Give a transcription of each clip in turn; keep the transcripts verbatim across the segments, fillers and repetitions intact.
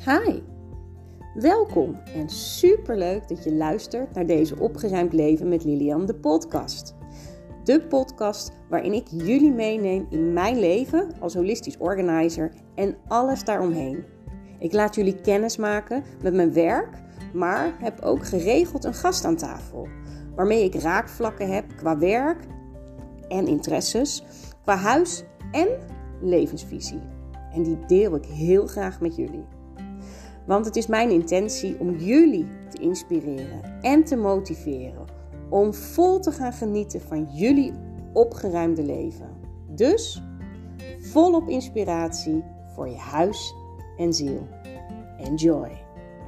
Hi, welkom en superleuk dat je luistert naar deze Opgeruimd Leven met Lilian, de podcast. De podcast waarin ik jullie meeneem in mijn leven als holistisch organizer en alles daaromheen. Ik laat jullie kennis maken met mijn werk, maar heb ook geregeld een gast aan tafel, waarmee ik raakvlakken heb qua werk en interesses, qua huis en levensvisie. En die deel ik heel graag met jullie. Want het is mijn intentie om jullie te inspireren en te motiveren om vol te gaan genieten van jullie opgeruimde leven. Dus volop inspiratie voor je huis en ziel. Enjoy!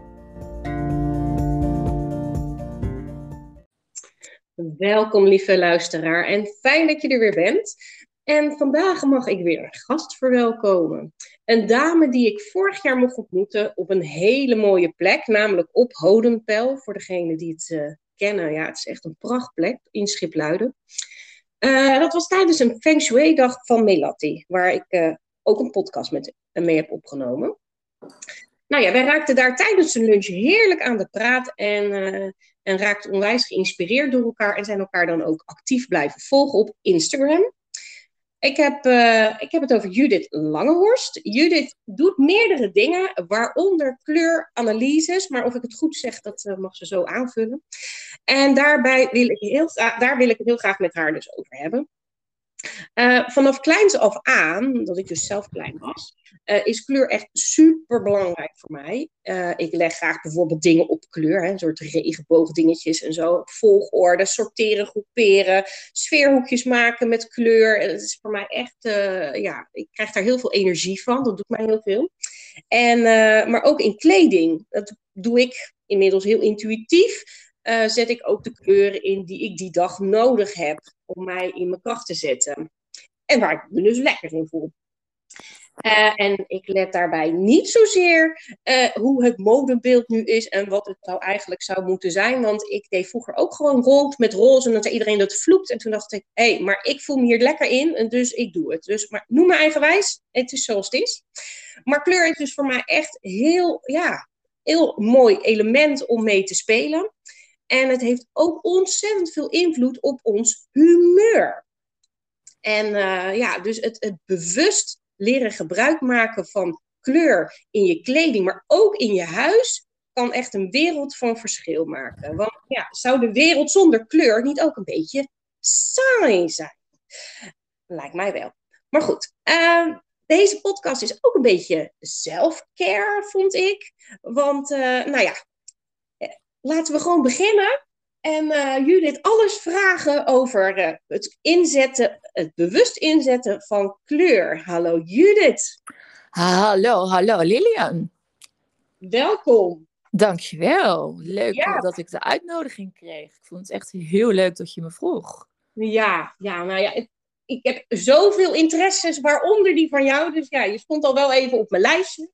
Welkom lieve luisteraar en fijn dat je er weer bent. En vandaag mag ik weer een gast verwelkomen. Een dame die ik vorig jaar mocht ontmoeten op een hele mooie plek, namelijk op Hodenpijl. Voor degenen die het uh, kennen, ja, het is echt een prachtplek in Schipluiden. Uh, dat was tijdens een Feng Shui dag van Melati, waar ik uh, ook een podcast met uh, mee heb opgenomen. Nou ja, wij raakten daar tijdens de lunch heerlijk aan de praat en, uh, en raakten onwijs geïnspireerd door elkaar en zijn elkaar dan ook actief blijven volgen op Instagram. Ik heb, uh, ik heb het over Judith Langehorst. Judith doet meerdere dingen, waaronder kleuranalyses. Maar of ik het goed zeg, dat uh, mag ze zo aanvullen. En daarbij wil ik heel, daar wil ik het heel graag met haar dus over hebben. Uh, vanaf kleins af aan, dat ik dus zelf klein was, uh, is kleur echt super belangrijk voor mij. Uh, ik leg graag bijvoorbeeld dingen op kleur, hè, een soort regenboogdingetjes en zo. Volgorde, sorteren, groeperen, sfeerhoekjes maken met kleur. Dat is voor mij echt, uh, ja, ik krijg daar heel veel energie van. Dat doet mij heel veel. En, uh, maar ook in kleding, dat doe ik inmiddels heel intuïtief. Uh, zet ik ook de kleuren in die ik die dag nodig heb om mij in mijn kracht te zetten. En waar ik me dus lekker in voel. Uh, en ik let daarbij niet zozeer uh, hoe het modebeeld nu is en wat het nou eigenlijk zou moeten zijn. Want ik deed vroeger ook gewoon rood met roze en dan zei iedereen dat vloekt. En toen dacht ik, hé, hey, maar ik voel me hier lekker in en dus ik doe het. Dus maar noem me eigenwijs, het is zoals het is. Maar kleur is dus voor mij echt heel, ja, heel mooi element om mee te spelen. En het heeft ook ontzettend veel invloed op ons humeur. En uh, ja, dus het, het bewust leren gebruik maken van kleur in je kleding, maar ook in je huis, kan echt een wereld van verschil maken. Want ja, zou de wereld zonder kleur niet ook een beetje saai zijn? Lijkt mij wel. Maar goed, uh, deze podcast is ook een beetje self-care, vond ik. Want, uh, nou ja, laten we gewoon beginnen. En uh, Judith alles vragen over uh, het inzetten, het bewust inzetten van kleur. Hallo Judith. Hallo, hallo Lilian. Welkom. Dankjewel. Leuk ja. dat ik de uitnodiging kreeg. Ik vond het echt heel leuk dat je me vroeg. Ja, ja nou ja, ik, ik heb zoveel interesses, waaronder die van jou. Dus ja, je stond al wel even op mijn lijstje.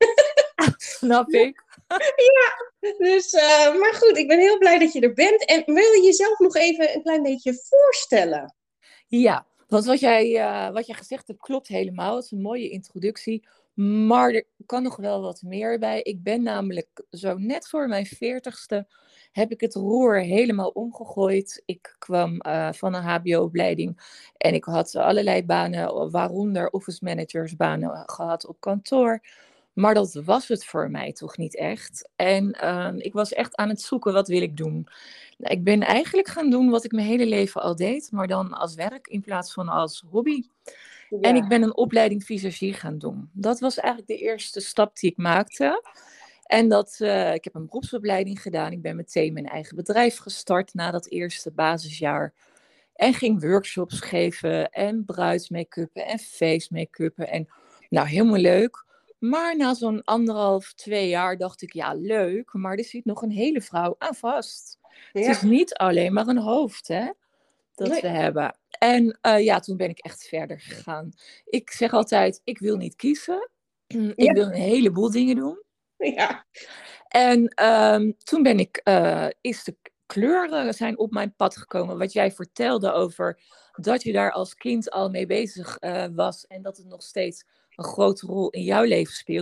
Snap ik. Ja, dus, uh, maar goed, ik ben heel blij dat je er bent. En wil je jezelf nog even een klein beetje voorstellen? Ja, want wat jij, uh, wat jij gezegd hebt klopt helemaal. Het is een mooie introductie. Maar er kan nog wel wat meer bij. Ik ben namelijk zo net voor mijn veertigste heb ik het roer helemaal omgegooid. Ik kwam uh, van een H B O-opleiding en ik had allerlei banen, waaronder office managersbanen gehad op kantoor. Maar dat was het voor mij toch niet echt. En uh, ik was echt aan het zoeken, wat wil ik doen? Nou, ik ben eigenlijk gaan doen wat ik mijn hele leven al deed, maar dan als werk in plaats van als hobby. Ja. En ik ben een opleiding visagie gaan doen. Dat was eigenlijk de eerste stap die ik maakte. En dat, uh, ik heb een beroepsopleiding gedaan. Ik ben meteen mijn eigen bedrijf gestart na dat eerste basisjaar. En ging workshops geven en bruidsmake-uppen en feestmake-uppen. En nou, helemaal leuk. Maar na zo'n anderhalf, twee jaar dacht ik, ja leuk, maar er zit nog een hele vrouw aan vast. Ja. Het is niet alleen maar een hoofd, hè, dat nee. we hebben. En uh, ja, toen ben ik echt verder gegaan. Ik zeg altijd, ik wil niet kiezen. Ja. Ik wil een heleboel dingen doen. Ja. En um, toen ben ik, uh, is de kleuren zijn op mijn pad gekomen. Wat jij vertelde over dat je daar als kind al mee bezig uh, was en dat het nog steeds een grote rol in jouw leven speelt.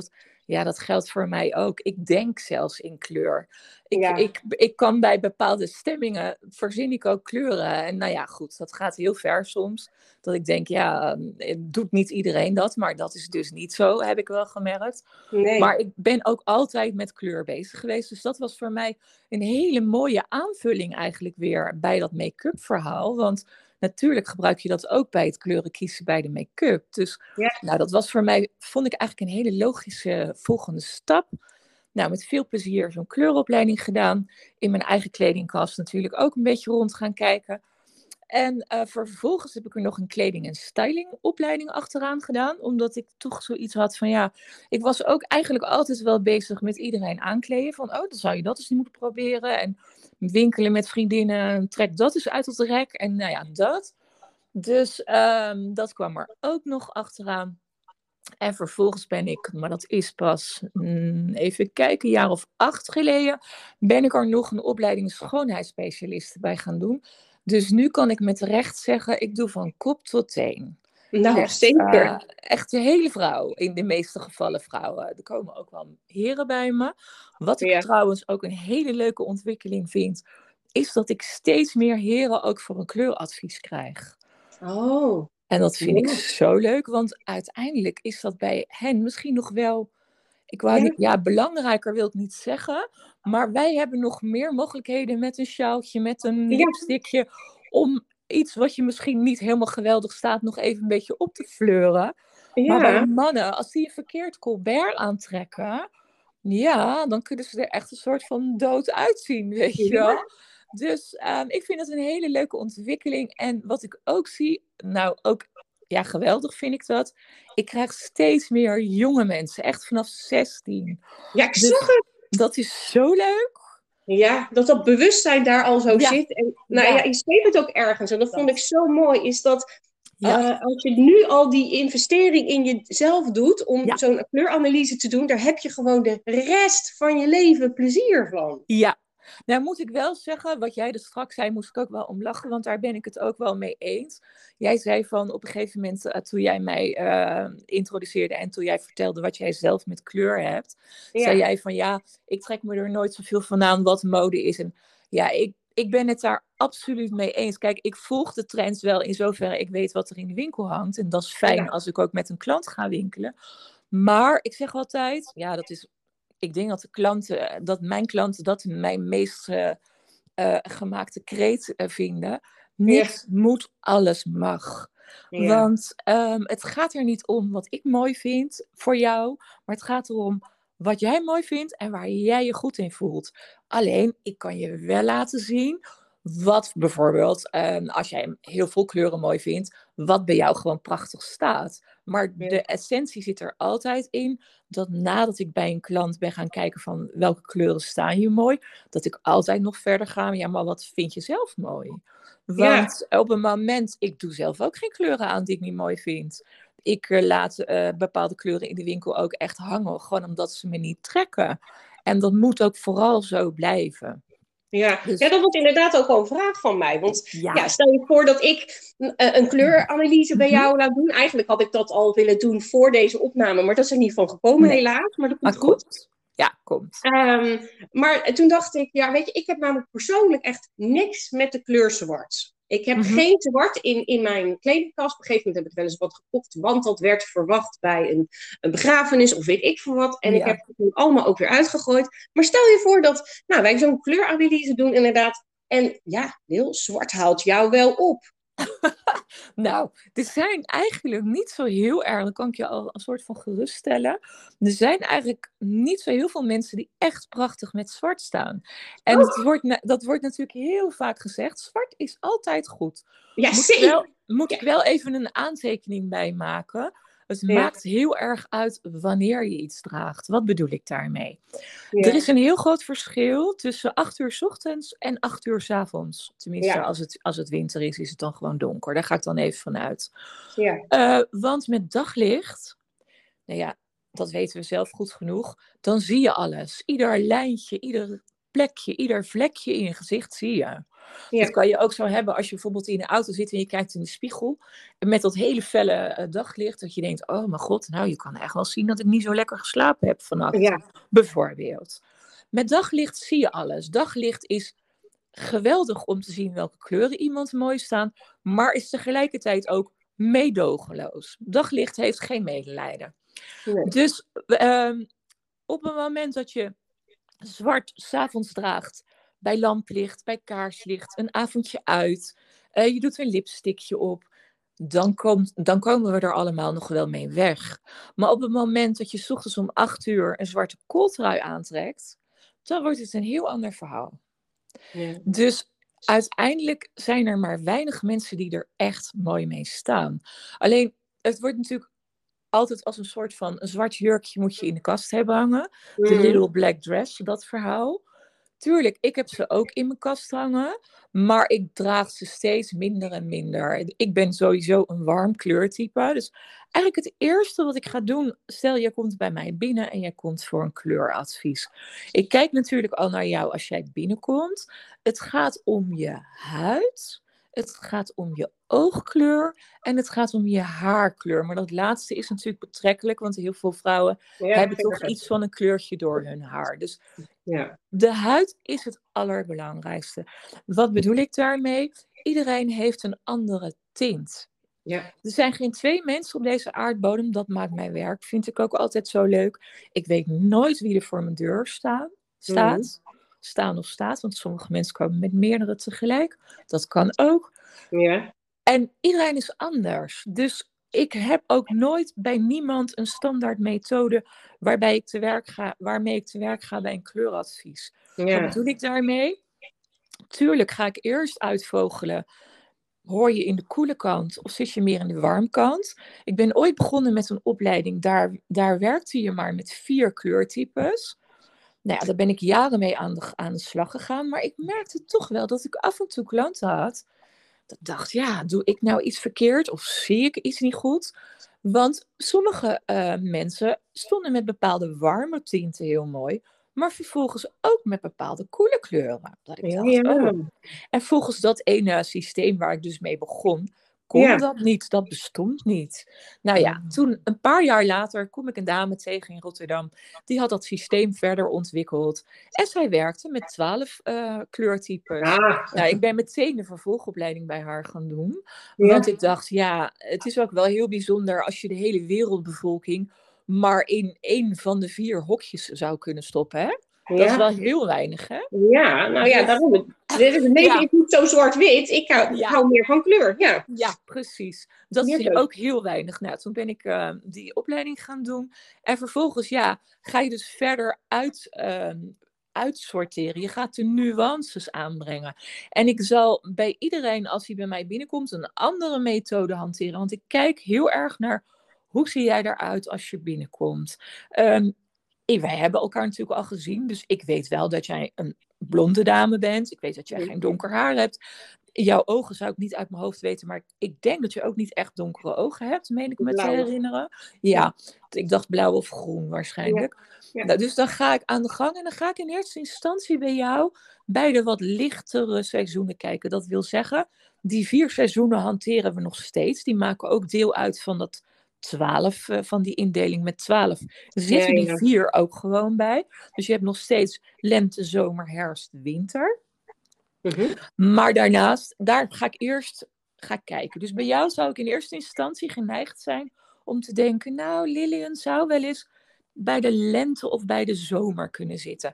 Ja, dat geldt voor mij ook. Ik denk zelfs in kleur. Ik, Ja, ik, ik kan bij bepaalde stemmingen, verzin ik ook kleuren. En nou ja, goed, dat gaat heel ver soms. Dat ik denk, ja, eh, doet niet iedereen dat. Maar dat is dus niet zo, heb ik wel gemerkt. Maar nee. ik ben ook altijd met kleur bezig geweest. Dus dat was voor mij een hele mooie aanvulling eigenlijk weer bij dat make-up verhaal. Want natuurlijk gebruik je dat ook bij het kleuren kiezen bij de make-up. Dus Ja. nou, dat was voor mij, vond ik eigenlijk een hele logische volgende stap. Nou, met veel plezier zo'n kleuropleiding gedaan. In mijn eigen kledingkast natuurlijk ook een beetje rond gaan kijken. En uh, vervolgens heb ik er nog een kleding- en stylingopleiding achteraan gedaan. Omdat ik toch zoiets had van ja, ik was ook eigenlijk altijd wel bezig met iedereen aankleden. Van oh, dan zou je dat eens moeten proberen. En winkelen met vriendinnen, trek dat eens uit het rek. En nou ja, dat. Dus um, dat kwam er ook nog achteraan. En vervolgens ben ik, maar dat is pas, mm, even kijken, een jaar of acht geleden, ben ik er nog een opleiding schoonheidsspecialist bij gaan doen. Dus nu kan ik met recht zeggen, ik doe van kop tot teen. Nou, Echt, uh, zeker. echt de hele vrouw, in de meeste gevallen vrouwen. Er komen ook wel heren bij me. Wat ik Ja. trouwens ook een hele leuke ontwikkeling vind, is dat ik steeds meer heren ook voor een kleuradvies krijg. Oh. En dat vind ik Ja. zo leuk, want uiteindelijk is dat bij hen misschien nog wel, ik wou Ja. niet, ja, belangrijker wil ik niet zeggen, maar wij hebben nog meer mogelijkheden met een sjaaltje, met een Ja. lipstickje, om iets wat je misschien niet helemaal geweldig staat, nog even een beetje op te fleuren. Maar bij Ja. mannen, als die een verkeerd colbert aantrekken, ja, dan kunnen ze er echt een soort van dood uitzien, weet je Ja. wel. Dus um, ik vind het een hele leuke ontwikkeling. En wat ik ook zie, nou ook, ja, geweldig vind ik dat. Ik krijg steeds meer jonge mensen, echt vanaf zestien. Ja, ik zag Dus het. dat is zo leuk. Ja, dat dat bewustzijn daar al zo Ja, zit. En nou ja, ja, je schreef het ook ergens. En dat vond ik dat. zo mooi. Is dat Ja, uh, als je nu al die investering in jezelf doet. Om ja, zo'n kleuranalyse te doen. Daar heb je gewoon de rest van je leven plezier van. ja. Nou moet ik wel zeggen, wat jij dus straks zei, moest ik ook wel om lachen, want daar ben ik het ook wel mee eens. Jij zei van op een gegeven moment, uh, toen jij mij uh, introduceerde en toen jij vertelde wat jij zelf met kleur hebt, zei Ja. jij van ja, ik trek me er nooit zoveel van aan wat mode is. En ja, ik, ik ben het daar absoluut mee eens. Kijk, ik volg de trends wel in zoverre ik weet wat er in de winkel hangt. En dat is fijn Ja. als ik ook met een klant ga winkelen. Maar ik zeg altijd, ja, dat is, ik denk dat de klanten, dat mijn klanten dat mijn meest uh, uh, gemaakte kreet uh, vinden. Niks Ja. moet, alles mag. Ja. Want um, het gaat er niet om wat ik mooi vind voor jou, maar het gaat erom wat jij mooi vindt en waar jij je goed in voelt. Alleen, ik kan je wel laten zien wat bijvoorbeeld, um, als jij heel veel kleuren mooi vindt, wat bij jou gewoon prachtig staat. Maar Ja. de essentie zit er altijd in dat nadat ik bij een klant ben gaan kijken van welke kleuren staan je mooi, dat ik altijd nog verder ga, ja, maar wat vind je zelf mooi? Want Ja. op een moment, ik doe zelf ook geen kleuren aan die ik niet mooi vind. Ik uh, laat uh, bepaalde kleuren in de winkel ook echt hangen, gewoon omdat ze me niet trekken. En dat moet ook vooral zo blijven. Ja. Ja, Dus dat was inderdaad ook wel een vraag van mij. Want ja, ja. stel je voor dat ik uh, een kleuranalyse bij Mm-hmm. jou laat doen. Eigenlijk had ik dat al willen doen voor deze opname, maar dat is er niet van gekomen Nee, helaas. Maar dat komt maar goed. komt. Ja, komt. Um, maar toen dacht ik, ja, weet je, ik heb namelijk persoonlijk echt niks met de kleur zwart. Ik heb Mm-hmm. geen zwart in, in mijn kledingkast. Op een gegeven moment heb ik wel eens wat gekocht, want dat werd verwacht bij een, een begrafenis of weet ik veel wat. En Ja. ik heb het nu allemaal ook weer uitgegooid. Maar stel je voor dat nou, wij zo'n kleuranalyse doen inderdaad. En ja, Wil, zwart haalt jou wel op. Nou, er zijn eigenlijk niet zo heel erg, dan kan ik je al een soort van geruststellen. Er zijn eigenlijk niet zo heel veel mensen die echt prachtig met zwart staan. En Oh. het wordt, dat wordt natuurlijk heel vaak gezegd, zwart is altijd goed. Ja, moet zeker. Ik wel, moet ja. ik wel even een aantekening bij maken. Het ja. maakt heel erg uit wanneer je iets draagt. Wat bedoel ik daarmee? Ja. Er is een heel groot verschil tussen acht uur 's ochtends en acht uur 's avonds. Tenminste, ja. als, het, als het winter is, is het dan gewoon donker. Daar ga ik dan even vanuit. Ja. Uh, want met daglicht, nou ja, dat weten we zelf goed genoeg, dan zie je alles. Ieder lijntje, ieder plekje, ieder vlekje in je gezicht zie je. Ja. Dat kan je ook zo hebben als je bijvoorbeeld in de auto zit en je kijkt in de spiegel. En met dat hele felle uh, daglicht, dat je denkt, oh mijn god, nou je kan echt wel zien dat ik niet zo lekker geslapen heb vannacht. Ja. Bijvoorbeeld. Met daglicht zie je alles. Daglicht is geweldig om te zien welke kleuren iemand mooi staan, maar is tegelijkertijd ook meedogenloos. Daglicht heeft geen medelijden. Nee. Dus um, op het moment dat je zwart 's avonds draagt, bij lamplicht, bij kaarslicht, een avondje uit, uh, je doet een lipstickje op, dan, komt, dan komen we er allemaal nog wel mee weg. Maar op het moment dat je 's ochtends om acht uur een zwarte kooltrui aantrekt, dan wordt het een heel ander verhaal. Ja. Dus uiteindelijk zijn er maar weinig mensen die er echt mooi mee staan. Alleen, het wordt natuurlijk altijd als een soort van een zwart jurkje moet je in de kast hebben hangen. Mm. De little black dress, dat verhaal. Tuurlijk, ik heb ze ook in mijn kast hangen, maar ik draag ze steeds minder en minder. Ik ben sowieso een warm kleurtype. Dus eigenlijk het eerste wat ik ga doen, stel jij komt bij mij binnen en jij komt voor een kleuradvies. Ik kijk natuurlijk al naar jou als jij binnenkomt. Het gaat om je huid, het gaat om je oogkleur en het gaat om je haarkleur. Maar dat laatste is natuurlijk betrekkelijk, want heel veel vrouwen ja, hebben toch iets van een kleurtje door hun haar. Dus ja. De huid is het allerbelangrijkste. Wat bedoel ik daarmee? Iedereen heeft een andere tint. Ja. Er zijn geen twee mensen op deze aardbodem, dat maakt mijn werk, vind ik ook altijd zo leuk. Ik weet nooit wie er voor mijn deur staan, staat. Mm. Staan of staat, want sommige mensen komen met meerdere tegelijk. Dat kan ook. Ja. En iedereen is anders. Dus ik heb ook nooit bij niemand een standaard methode waarbij ik te werk ga, waarmee ik te werk ga bij een kleuradvies. Ja. Wat bedoel ik daarmee? Tuurlijk ga ik eerst uitvogelen. Hoor je in de koele kant of zit je meer in de warme kant? Ik ben ooit begonnen met een opleiding. Daar, daar werkte je maar met vier kleurtypes. Nou ja, daar ben ik jaren mee aan de, aan de slag gegaan. Maar ik merkte toch wel dat ik af en toe klanten had. Dat ik dacht, ja, doe ik nou iets verkeerd? Of zie ik iets niet goed? Want sommige uh, mensen stonden met bepaalde warme tinten heel mooi. Maar vervolgens ook met bepaalde koele kleuren. Dat ik dacht, ja. oh. En volgens dat ene systeem waar ik dus mee begon, kon ja. dat niet. Dat bestond niet. Nou ja, toen een paar jaar later kom ik een dame tegen in Rotterdam. Die had dat systeem verder ontwikkeld. En zij werkte met twaalf uh, kleurtypes. Ah. Nou, ik ben meteen de vervolgopleiding bij haar gaan doen. Ja. Want ik dacht, ja, het is ook wel heel bijzonder als je de hele wereldbevolking maar in één van de vier hokjes zou kunnen stoppen, hè? Dat ja. is wel heel weinig, hè? Ja, nou ja, daarom. Het leven ja. is niet zo zwart-wit. Ik hou, ja. hou meer van kleur, ja. Ja, precies. Dat meer is leuk. Ook heel weinig. Nou, toen ben ik uh, die opleiding gaan doen. En vervolgens, ja, ga je dus verder uit... Uh, uitsorteren. Je gaat de nuances aanbrengen. En ik zal bij iedereen, als hij bij mij binnenkomt, een andere methode hanteren. Want ik kijk heel erg naar... Hoe zie jij eruit als je binnenkomt? Um, wij hebben elkaar natuurlijk al gezien. Dus ik weet wel dat jij een blonde dame bent. Ik weet dat jij geen donker haar hebt. Jouw ogen zou ik niet uit mijn hoofd weten. Maar ik denk dat je ook niet echt donkere ogen hebt. Meen ik me te herinneren. Ja, ik dacht blauw of groen waarschijnlijk. Ja. Ja. Nou, dus dan ga ik aan de gang. En dan ga ik in eerste instantie bij jou bij de wat lichtere seizoenen kijken. Dat wil zeggen, die vier seizoenen hanteren we nog steeds. Die maken ook deel uit van dat... twaalf uh, van die indeling met twaalf zitten ja, ja. die vier ook gewoon bij. Dus je hebt nog steeds lente, zomer, herfst, winter. Uh-huh. Maar daarnaast, daar ga ik eerst ga ik kijken. Dus bij jou zou ik in eerste instantie geneigd zijn om te denken, nou, Lilian zou wel eens bij de lente of bij de zomer kunnen zitten.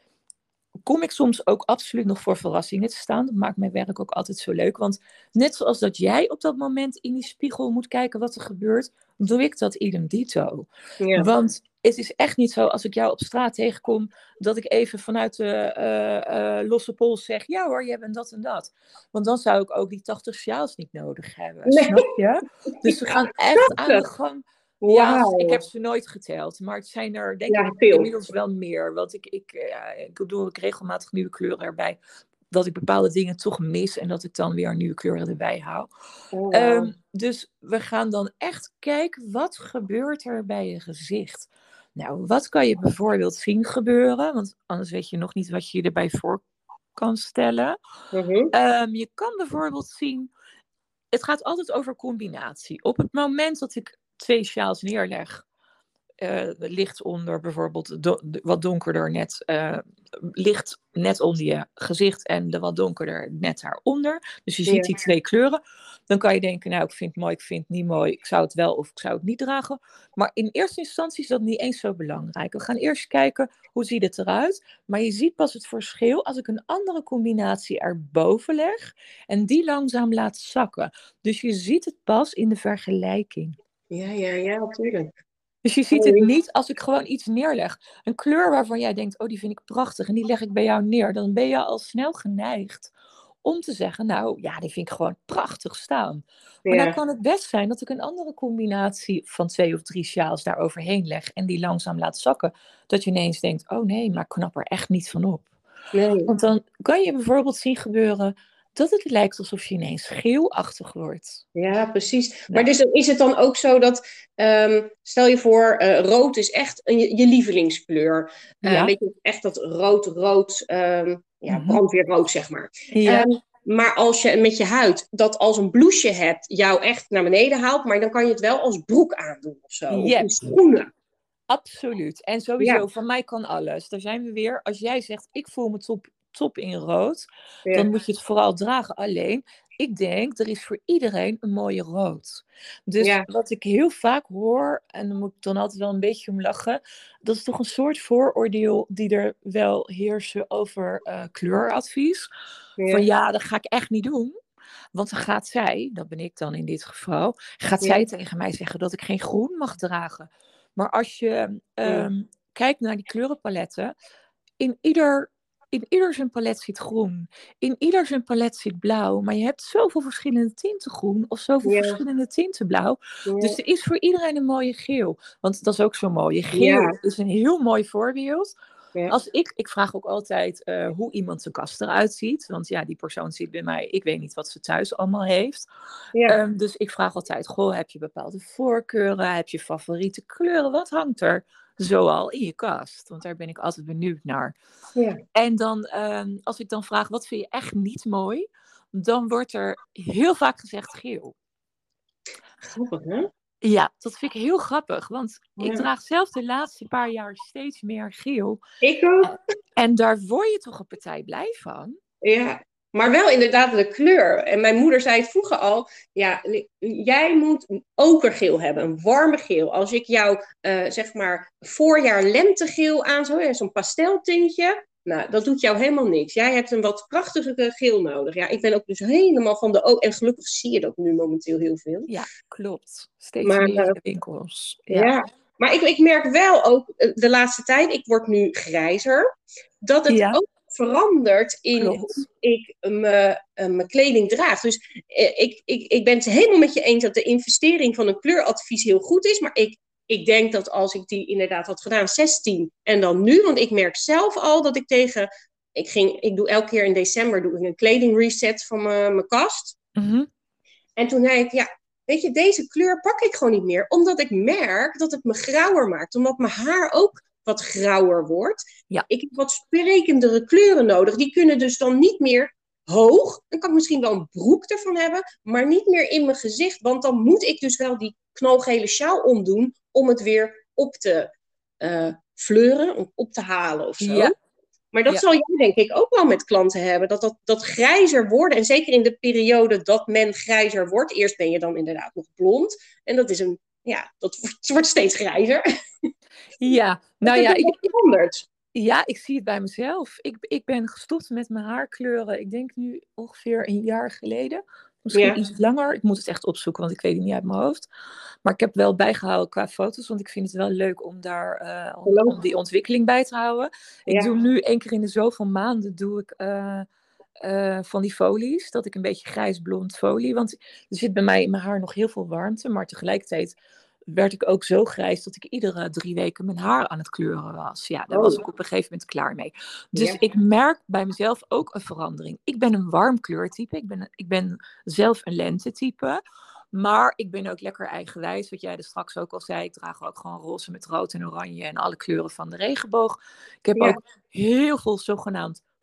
Kom ik soms ook absoluut nog voor verrassingen te staan. Dat maakt mijn werk ook altijd zo leuk. Want net zoals dat jij op dat moment in die spiegel moet kijken wat er gebeurt, doe ik dat idem dito. Ja. Want het is echt niet zo als ik jou op straat tegenkom, dat ik even vanuit de uh, uh, losse pols zeg, ja hoor, jij bent dat en dat. Want dan zou ik ook die tachtig sjaals niet nodig hebben. Nee. Snap je? Dus we gaan echt aan de gang. Wow. Ja, ik heb ze nooit geteld, maar het zijn er denk ja, ik veel. Inmiddels wel meer. Want ik, ik, ja, ik doe ik regelmatig nieuwe kleuren erbij. Dat ik bepaalde dingen toch mis en dat ik dan weer nieuwe kleuren erbij hou. Oh, wow. um, dus we gaan dan echt kijken, wat gebeurt er bij je gezicht? Nou, wat kan je bijvoorbeeld zien gebeuren? Want anders weet je nog niet wat je je erbij voor kan stellen. Mhm. Um, je kan bijvoorbeeld zien, het gaat altijd over combinatie. Op het moment dat ik twee sjaals neerleg, uh, licht onder bijvoorbeeld, do- wat donkerder net, uh, licht net onder je gezicht en de wat donkerder net daaronder. Dus je ziet Ja. die twee kleuren. Dan kan je denken, nou, ik vind het mooi, ik vind het niet mooi. Ik zou het wel of ik zou het niet dragen. Maar in eerste instantie is dat niet eens zo belangrijk. We gaan eerst kijken, hoe ziet het eruit? Maar je ziet pas het verschil als ik een andere combinatie erboven leg en die langzaam laat zakken. Dus je ziet het pas in de vergelijking. Ja, ja, ja, natuurlijk. Dus je ziet het niet als ik gewoon iets neerleg. Een kleur waarvan jij denkt, oh, die vind ik prachtig en die leg ik bij jou neer. Dan ben je al snel geneigd om te zeggen, nou ja, die vind ik gewoon prachtig staan. Maar Ja. dan kan het best zijn dat ik een andere combinatie van twee of drie sjaals daar overheen leg en die langzaam laat zakken. Dat je ineens denkt, oh nee, maar ik knap er echt niet van op. Nee. Want dan kan je bijvoorbeeld zien gebeuren dat het lijkt alsof je ineens geelachtig wordt. Ja, precies. Nou. Maar dus is het dan ook zo dat, um, stel je voor, uh, rood is echt een, je lievelingskleur. Uh, Ja. Weet je, echt dat rood-rood, um, ja, Mm-hmm. brandweerrood, zeg maar. Ja. Um, maar als je met je huid dat als een blouseje hebt, jou echt naar beneden haalt, maar dan kan je het wel als broek aandoen of zo. Of Yep. in schoenen. Absoluut. En sowieso, Ja. van mij kan alles. Daar zijn we weer. Als jij zegt, ik voel me top, top in rood, Ja. dan moet je het vooral dragen. Alleen, ik denk, er is voor iedereen een mooie rood. Dus Ja. wat ik heel vaak hoor, en dan moet ik dan altijd wel een beetje om lachen, dat is toch een soort vooroordeel die er wel heersen over uh, kleuradvies. Ja. Van ja, dat ga ik echt niet doen. Want dan gaat zij, dat ben ik dan in dit geval, gaat Ja. zij tegen mij zeggen dat ik geen groen mag dragen. Maar als je um, kijkt naar die kleurenpaletten, in ieder, in ieder zijn palet zit groen, in ieder zijn palet zit blauw, maar je hebt zoveel verschillende tinten groen of zoveel Ja. verschillende tinten blauw. Ja. Dus er is voor iedereen een mooie geel. Want dat is ook zo mooi. Geel Ja. is een heel mooi voorbeeld. Ja. Als ik, ik vraag ook altijd uh, hoe iemand zijn kast eruit ziet. Want ja, die persoon ziet bij mij, ik weet niet wat ze thuis allemaal heeft. Ja. Um, dus ik vraag altijd, goh, heb je bepaalde voorkeuren? Heb je favoriete kleuren? Wat hangt er zoal in je kast? Want daar ben ik altijd benieuwd naar. Ja. En dan, um, als ik dan vraag, wat vind je echt niet mooi? Dan wordt er heel vaak gezegd geel. Grappig, hè? Ja, dat vind ik heel grappig, want ja. ik draag zelf de laatste paar jaar steeds meer geel. Ik ook. En, en daar word je toch een partij blij van? Ja, maar wel inderdaad de kleur. En mijn moeder zei het vroeger al, ja, jij moet een okergeel hebben, een warme geel. Als ik jou, uh, zeg maar, voorjaar lentegeel aan zou, zo'n pasteltintje, nou, dat doet jou helemaal niks. Jij hebt een wat krachtigere geel nodig. Ja, ik ben ook dus helemaal van de oog. En gelukkig zie je dat nu momenteel heel veel. Ja, klopt. Steeds maar, meer in uh, de winkels. Ja, ja. Maar ik, ik merk wel ook de laatste tijd, ik word nu grijzer, dat het ja. ook verandert in Klopt. hoe ik mijn kleding draag. Dus uh, ik, ik, ik ben het helemaal met je eens dat de investering van een kleuradvies heel goed is, maar ik Ik denk dat als ik die inderdaad had gedaan, zestien en dan nu, want ik merk zelf al dat ik tegen, ik ging, ik doe elke keer in december doe ik een kleding reset van mijn kast. Mm-hmm. En toen zei ik, ja, weet je, deze kleur pak ik gewoon niet meer, omdat ik merk dat het me grauwer maakt, omdat mijn haar ook wat grauwer wordt. Ja. Ik heb wat sprekendere kleuren nodig, die kunnen dus dan niet meer hoog. Dan kan ik misschien wel een broek ervan hebben, maar niet meer in mijn gezicht, want dan moet ik dus wel die knalgele sjaal omdoen om het weer op te uh, fleuren, op te halen of zo. Ja. Maar dat ja. zal jij denk ik ook wel met klanten hebben, dat, dat dat grijzer worden, en zeker in de periode dat men grijzer wordt, eerst ben je dan inderdaad nog blond, en dat is een, ja, dat wordt, wordt steeds grijzer. Ja, nou ja, ik, veranderd. Ja, ik zie het bij mezelf. Ik, ik ben gestopt met mijn haarkleuren, ik denk nu ongeveer een jaar geleden. Misschien ja. iets langer. Ik moet het echt opzoeken, want ik weet het niet uit mijn hoofd. Maar ik heb wel bijgehouden qua foto's, want ik vind het wel leuk om daar uh, om, om die ontwikkeling bij te houden. Ik ja. doe nu één keer in de zoveel maanden doe ik uh, uh, van die folies, dat ik een beetje grijs-blond folie, want er zit bij mij in mijn haar nog heel veel warmte, maar tegelijkertijd werd ik ook zo grijs dat ik iedere drie weken mijn haar aan het kleuren was. Ja, daar oh. was ik op een gegeven moment klaar mee. Dus ja. ik merk bij mezelf ook een verandering. Ik ben een warm kleurtype. Ik ben, ik ben zelf een lentetype. Maar ik ben ook lekker eigenwijs. Wat jij er straks ook al zei. Ik draag ook gewoon roze met rood en oranje en alle kleuren van de regenboog. Ik heb ja. ook heel veel zogenaamd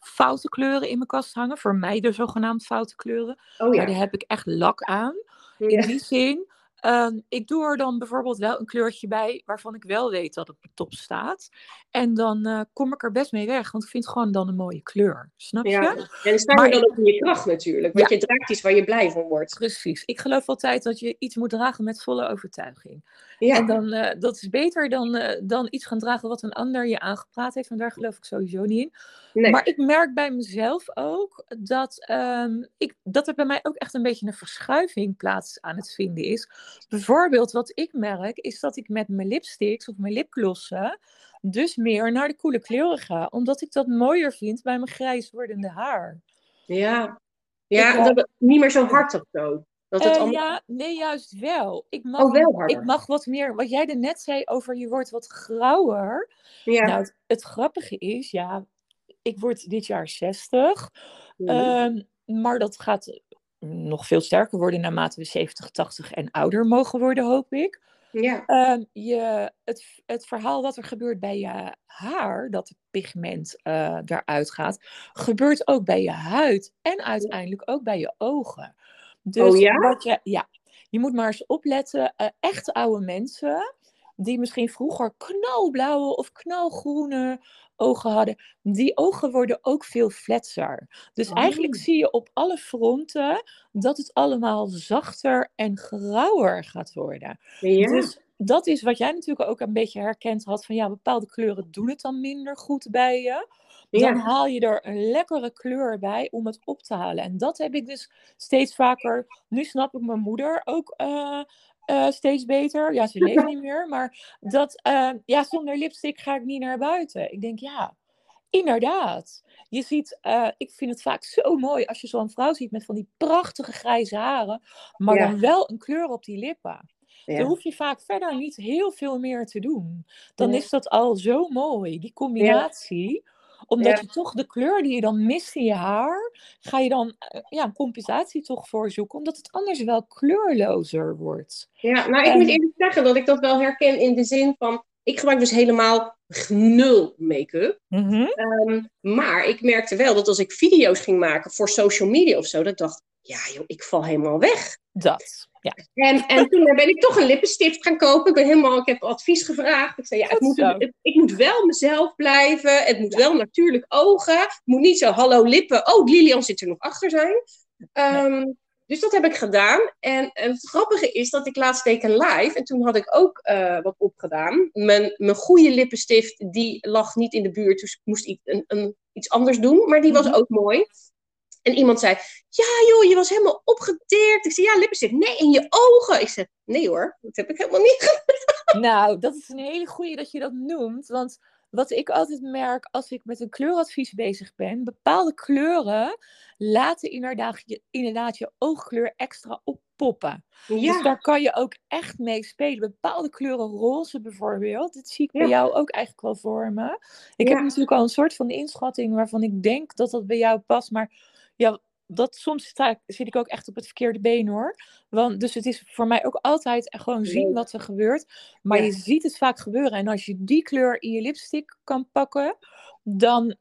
foute kleuren in mijn kast hangen. Voor mij de zogenaamd foute kleuren. Oh Maar daar ja. heb ik echt lak aan. In Ja. die zin, ehm, ik doe er dan bijvoorbeeld wel een kleurtje bij waarvan ik wel weet dat het op de top staat. En dan eh, kom ik er best mee weg, want ik vind het gewoon dan een mooie kleur. Snap Ja. je? En dan sta je Maar dan ik, ook in je kracht natuurlijk, want ja, je draagt iets waar je blij van wordt. precies. Ik geloof altijd dat je iets moet dragen met volle overtuiging. En Ja. dan, uh, dat is beter dan, uh, dan iets gaan dragen wat een ander je aangepraat heeft. En daar geloof ik sowieso niet in. Nee. Maar ik merk bij mezelf ook dat, um, ik, dat er bij mij ook echt een beetje een verschuiving plaats aan het vinden is. Bijvoorbeeld wat ik merk is dat ik met mijn lipsticks of mijn lipglossen dus meer naar de koele kleuren ga. Omdat ik dat mooier vind bij mijn grijs wordende haar. Ja. Ik, Ja, uh, dat het niet meer zo ja. hard of zo. Dat het Uh, allemaal... ja, nee, juist wel. Ik Oh, mag, wel ik harder. mag wat meer, wat jij er net zei over je wordt wat grauwer. Ja. Nou, het, het grappige is, ja, ik word dit jaar zestig. Mm. Um, maar dat gaat nog veel sterker worden naarmate we zeventig, tachtig en ouder mogen worden, hoop ik. Ja. Um, je, het, het verhaal wat er gebeurt bij je haar, dat het pigment uh, eruit gaat, gebeurt ook bij je huid en uiteindelijk ook bij je ogen. Dus Oh ja? wat je, ja, je moet maar eens opletten. Uh, echt oude mensen, die misschien vroeger knalblauwe of knalgroene ogen hadden, die ogen worden ook veel fletser. Dus Oh. eigenlijk zie je op alle fronten dat het allemaal zachter en grauwer gaat worden. Ja. Dus dat is wat jij natuurlijk ook een beetje herkend had, van ja, bepaalde kleuren doen het dan minder goed bij je. Dan Ja. haal je er een lekkere kleur bij om het op te halen. En dat heb ik dus steeds vaker. Nu snap ik mijn moeder ook uh, uh, steeds beter. Ja, ze leeft niet meer. Maar dat, uh, ja, zonder lipstick ga ik niet naar buiten. Ik denk, ja, inderdaad. Je ziet, uh, ik vind het vaak zo mooi als je zo'n vrouw ziet met van die prachtige grijze haren. Maar Ja. dan wel een kleur op die lippen. Ja. Dan hoef je vaak verder niet heel veel meer te doen. Dan Ja. is dat al zo mooi, die combinatie. Ja. Omdat Ja. je toch de kleur die je dan mist in je haar, ga je dan uh, ja, een compensatie toch voor zoeken. Omdat het anders wel kleurlozer wordt. Ja, nou ik en... moet eerlijk zeggen dat ik dat wel herken in de zin van, ik gebruik dus helemaal nul make-up. Mm-hmm. Um, maar ik merkte wel dat als ik video's ging maken voor social media of zo, dat ik dacht, ja joh, ik val helemaal weg. Dat, ja. En, en toen ben ik toch een lippenstift gaan kopen. Ik ben helemaal, ik heb advies gevraagd. Ik zei, ja, het moet, het, ik moet wel mezelf blijven. Het moet ja. wel natuurlijk ogen. Het moet niet zo, hallo lippen. Oh, Lilian zit er nog achter zijn. Um, nee. Dus dat heb ik gedaan. En, en het grappige is dat ik laatst deed een live. En toen had ik ook uh, wat opgedaan. Mijn, mijn goede lippenstift, die lag niet in de buurt. Dus ik moest iets, een, een, iets anders doen. Maar die was mm-hmm. ook mooi. En iemand zei, ja joh, je was helemaal opgeteerd. Ik zei, ja, lippenstift. Nee, in je ogen. Ik zei, nee hoor, dat heb ik helemaal niet gedaan. Nou, dat is een hele goeie dat je dat noemt. Want wat ik altijd merk als ik met een kleuradvies bezig ben, bepaalde kleuren laten inderdaad je, inderdaad je oogkleur extra oppoppen. Ja. Dus daar kan je ook echt mee spelen. Bepaalde kleuren, roze bijvoorbeeld, dat zie ik ja. bij jou ook eigenlijk wel voor me. Ik ja. heb natuurlijk al een soort van inschatting waarvan ik denk dat dat bij jou past, maar ja, dat soms sta, zit ik ook echt op het verkeerde been hoor. Want, dus het is voor mij ook altijd gewoon zien wat er gebeurt. Maar ja. je ziet het vaak gebeuren. En als je die kleur in je lipstick kan pakken, dan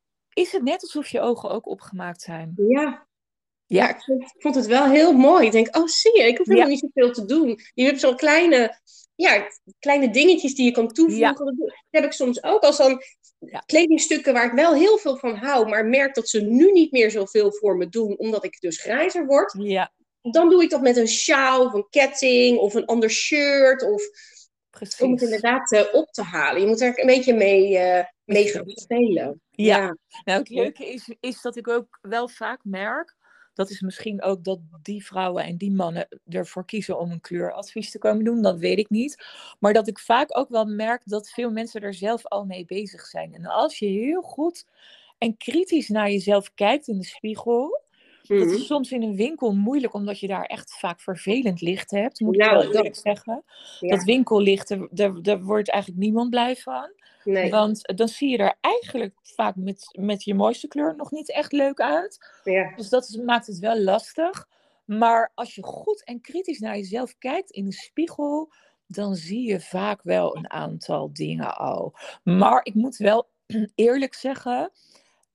is het net alsof je ogen ook opgemaakt zijn. Ja. Ja, ja ik, vond, ik vond het wel heel mooi. Ik denk, oh zie je, ik hoef helemaal ja. niet zoveel te doen. Je hebt zo'n kleine, ja, kleine dingetjes die je kan toevoegen. Ja. Dat heb ik soms ook als dan ja. kledingstukken waar ik wel heel veel van hou, maar merk dat ze nu niet meer zoveel voor me doen, omdat ik dus grijzer word. Ja. Dan doe ik dat met een sjaal of een ketting of een ander shirt. Of, Precies. om het inderdaad uh, op te halen. Je moet er een beetje mee, uh, mee gaan spelen. Ja. ja, nou het leuke is, is dat ik ook wel vaak merk, dat is misschien ook dat die vrouwen en die mannen ervoor kiezen om een kleuradvies te komen doen. Dat weet ik niet. Maar dat ik vaak ook wel merk dat veel mensen er zelf al mee bezig zijn. En als je heel goed en kritisch naar jezelf kijkt in de spiegel. Mm-hmm. Dat is soms in een winkel moeilijk, omdat je daar echt vaak vervelend licht hebt. Moet nou, ik wel eerlijk zeggen. Ja. Dat winkellicht, daar, daar wordt eigenlijk niemand blij van. Nee. Want dan zie je er eigenlijk vaak met, met je mooiste kleur nog niet echt leuk uit. Ja. Dus dat is, maakt het wel lastig. Maar als je goed en kritisch naar jezelf kijkt in de spiegel, dan zie je vaak wel een aantal dingen al. Maar ik moet wel eerlijk zeggen,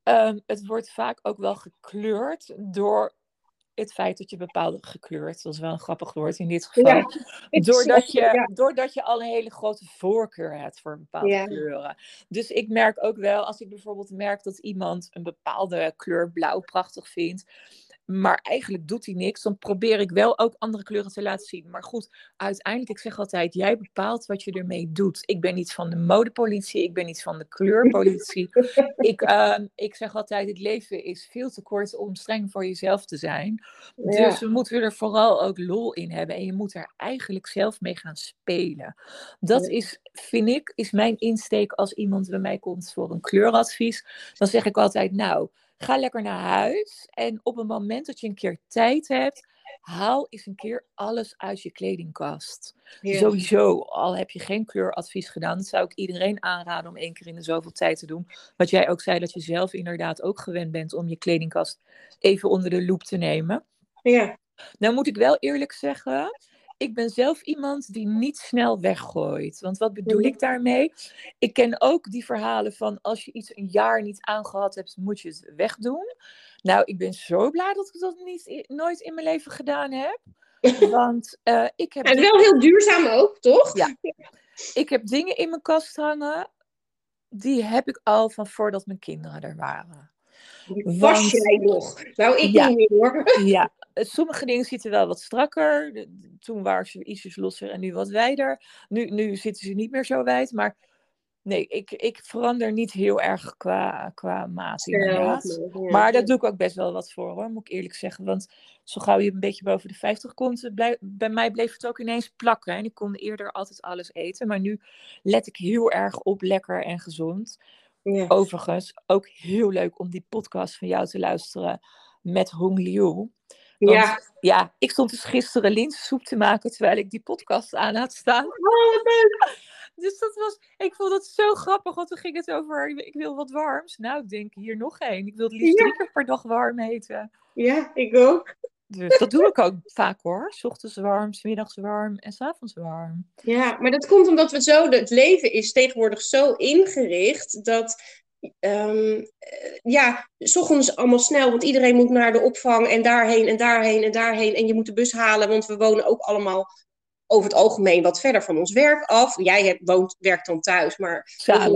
Um, het wordt vaak ook wel gekleurd door het feit dat je bepaalde gekleurd, dat is wel een grappig woord in dit geval, Ja, ik snap doordat het, je, ja. doordat je al een hele grote voorkeur hebt voor bepaalde Ja. kleuren. Dus ik merk ook wel, als ik bijvoorbeeld merk dat iemand een bepaalde kleur blauw prachtig vindt, maar eigenlijk doet hij niks, dan probeer ik wel ook andere kleuren te laten zien. Maar goed, uiteindelijk, ik zeg altijd, jij bepaalt wat je ermee doet. Ik ben niet van de modepolitie, ik ben niet van de kleurpolitie. ik, uh, ik zeg altijd, het leven is veel te kort om streng voor jezelf te zijn. Ja. Dus we moeten er vooral ook lol in hebben. En je moet er eigenlijk zelf mee gaan spelen. Dat is, vind ik, is mijn insteek als iemand bij mij komt voor een kleuradvies. Dan zeg ik altijd, nou, ga lekker naar huis. En op het moment dat je een keer tijd hebt, haal eens een keer alles uit je kledingkast. Ja. Sowieso, al heb je geen kleuradvies gedaan, dat zou ik iedereen aanraden om één keer in de zoveel tijd te doen. Wat jij ook zei, dat je zelf inderdaad ook gewend bent om je kledingkast even onder de loep te nemen. Ja. Nou moet ik wel eerlijk zeggen, ik ben zelf iemand die niet snel weggooit. Want wat bedoel ik daarmee? Ik ken ook die verhalen van als je iets een jaar niet aangehad hebt, moet je het wegdoen. Nou, ik ben zo blij dat ik dat niet, nooit in mijn leven gedaan heb. Want uh, ik heb... En wel heel duurzaam ook, toch? Ja. Ik heb dingen in mijn kast hangen, die heb ik al van voordat mijn kinderen er waren. Die pas jij nog? Nou, ik ja, niet meer hoor. Ja, sommige dingen zitten wel wat strakker. Toen waren ze ietsjes losser en nu wat wijder. Nu, nu zitten ze niet meer zo wijd. Maar nee, ik, ik verander niet heel erg qua, qua maat inderdaad. Ja. Maar daar doe ik ook best wel wat voor hoor, moet ik eerlijk zeggen. Want zo gauw je een beetje boven de vijftig komt, blij, bij mij bleef het ook ineens plakken. En ik kon eerder altijd alles eten. Maar nu let ik heel erg op lekker en gezond. Ja. Overigens, ook heel leuk om die podcast van jou te luisteren met Hong Liu. Want ja. ja, ik stond dus gisteren linzensoep te maken terwijl ik die podcast aan had staan. Oh, leuk! Dus dat was, ik vond het zo grappig, want toen ging het over, ik wil wat warms. Nou, ik denk hier nog één. Ik wil het liefst ja. drie keer per dag warm eten. Ja, ik ook. Dus dat doe ik ook vaak hoor. 's Ochtends warm, 's middags warm en 's avonds warm. Ja, maar dat komt omdat we zo, het leven is tegenwoordig zo ingericht dat... Um, ja, 's ochtends allemaal snel, want iedereen moet naar de opvang en daarheen en daarheen en daarheen. En je moet de bus halen, want we wonen ook allemaal over het algemeen wat verder van ons werk af. Jij hebt, woont, werkt dan thuis, maar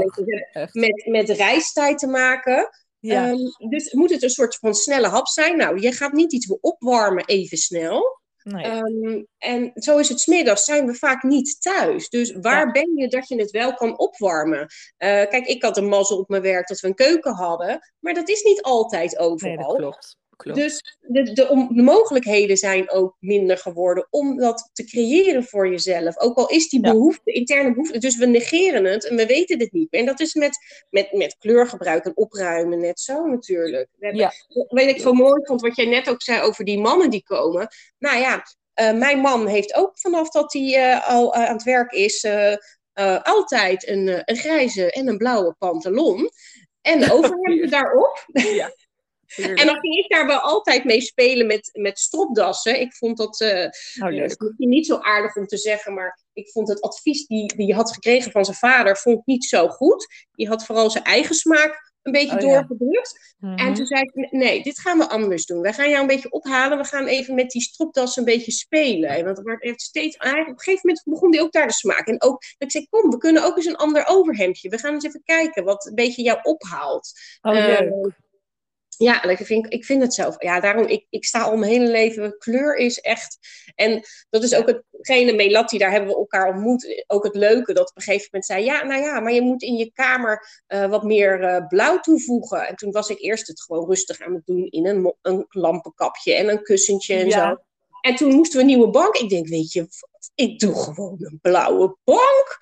met, met reistijd te maken. Ja. Um, dus moet het een soort van snelle hap zijn. Nou, je gaat niet iets weer opwarmen even snel. Nee. Um, en zo is het 's middags, zijn we vaak niet thuis. Dus waar ja. ben je dat je het wel kan opwarmen? Uh, kijk, ik had een mazzel op mijn werk dat we een keuken hadden. Maar dat is niet altijd overal. Nee, dat klopt. Klopt. Dus de, de, om, de mogelijkheden zijn ook minder geworden om dat te creëren voor jezelf. Ook al is die behoefte, ja. interne behoefte, dus we negeren het en we weten het niet meer. En dat is met, met, met kleurgebruik en opruimen net zo natuurlijk. Ja. Wat ik zo mooi vond, wat jij net ook zei over die mannen die komen. Nou ja, uh, mijn man heeft ook vanaf dat hij uh, al uh, aan het werk is, uh, uh, altijd een, uh, een grijze en een blauwe pantalon. En overhemden daarop. Ja. Heerlijk. En dan ging ik daar wel altijd mee spelen met, met stropdassen. Ik vond dat, uh, oh, uh, is niet zo aardig om te zeggen, maar ik vond het advies die, die hij had gekregen van zijn vader, vond ik niet zo goed. Die had vooral zijn eigen smaak een beetje oh, doorgedrukt. Ja. Mm-hmm. En toen zei ik, nee, dit gaan we anders doen. We gaan jou een beetje ophalen, we gaan even met die stropdassen een beetje spelen. En want het werd steeds, op een gegeven moment begon die ook daar de smaak. En ook, ik zei, kom, we kunnen ook eens een ander overhemdje. We gaan eens even kijken wat een beetje jou ophaalt. Oh, uh, leuk. Ja, ik vind, ik vind het zelf. Ja, daarom, ik, ik sta al mijn hele leven. Kleur is echt. En dat is ook hetgene, Melatti, daar hebben we elkaar ontmoet. Ook het leuke, dat op een gegeven moment zei: ja, nou ja, maar je moet in je kamer uh, wat meer uh, blauw toevoegen. En toen was ik eerst het gewoon rustig aan het doen in een, een lampenkapje en een kussentje en ja. zo. En toen moesten we een nieuwe bank. Ik denk, weet je wat? Ik doe gewoon een blauwe bank.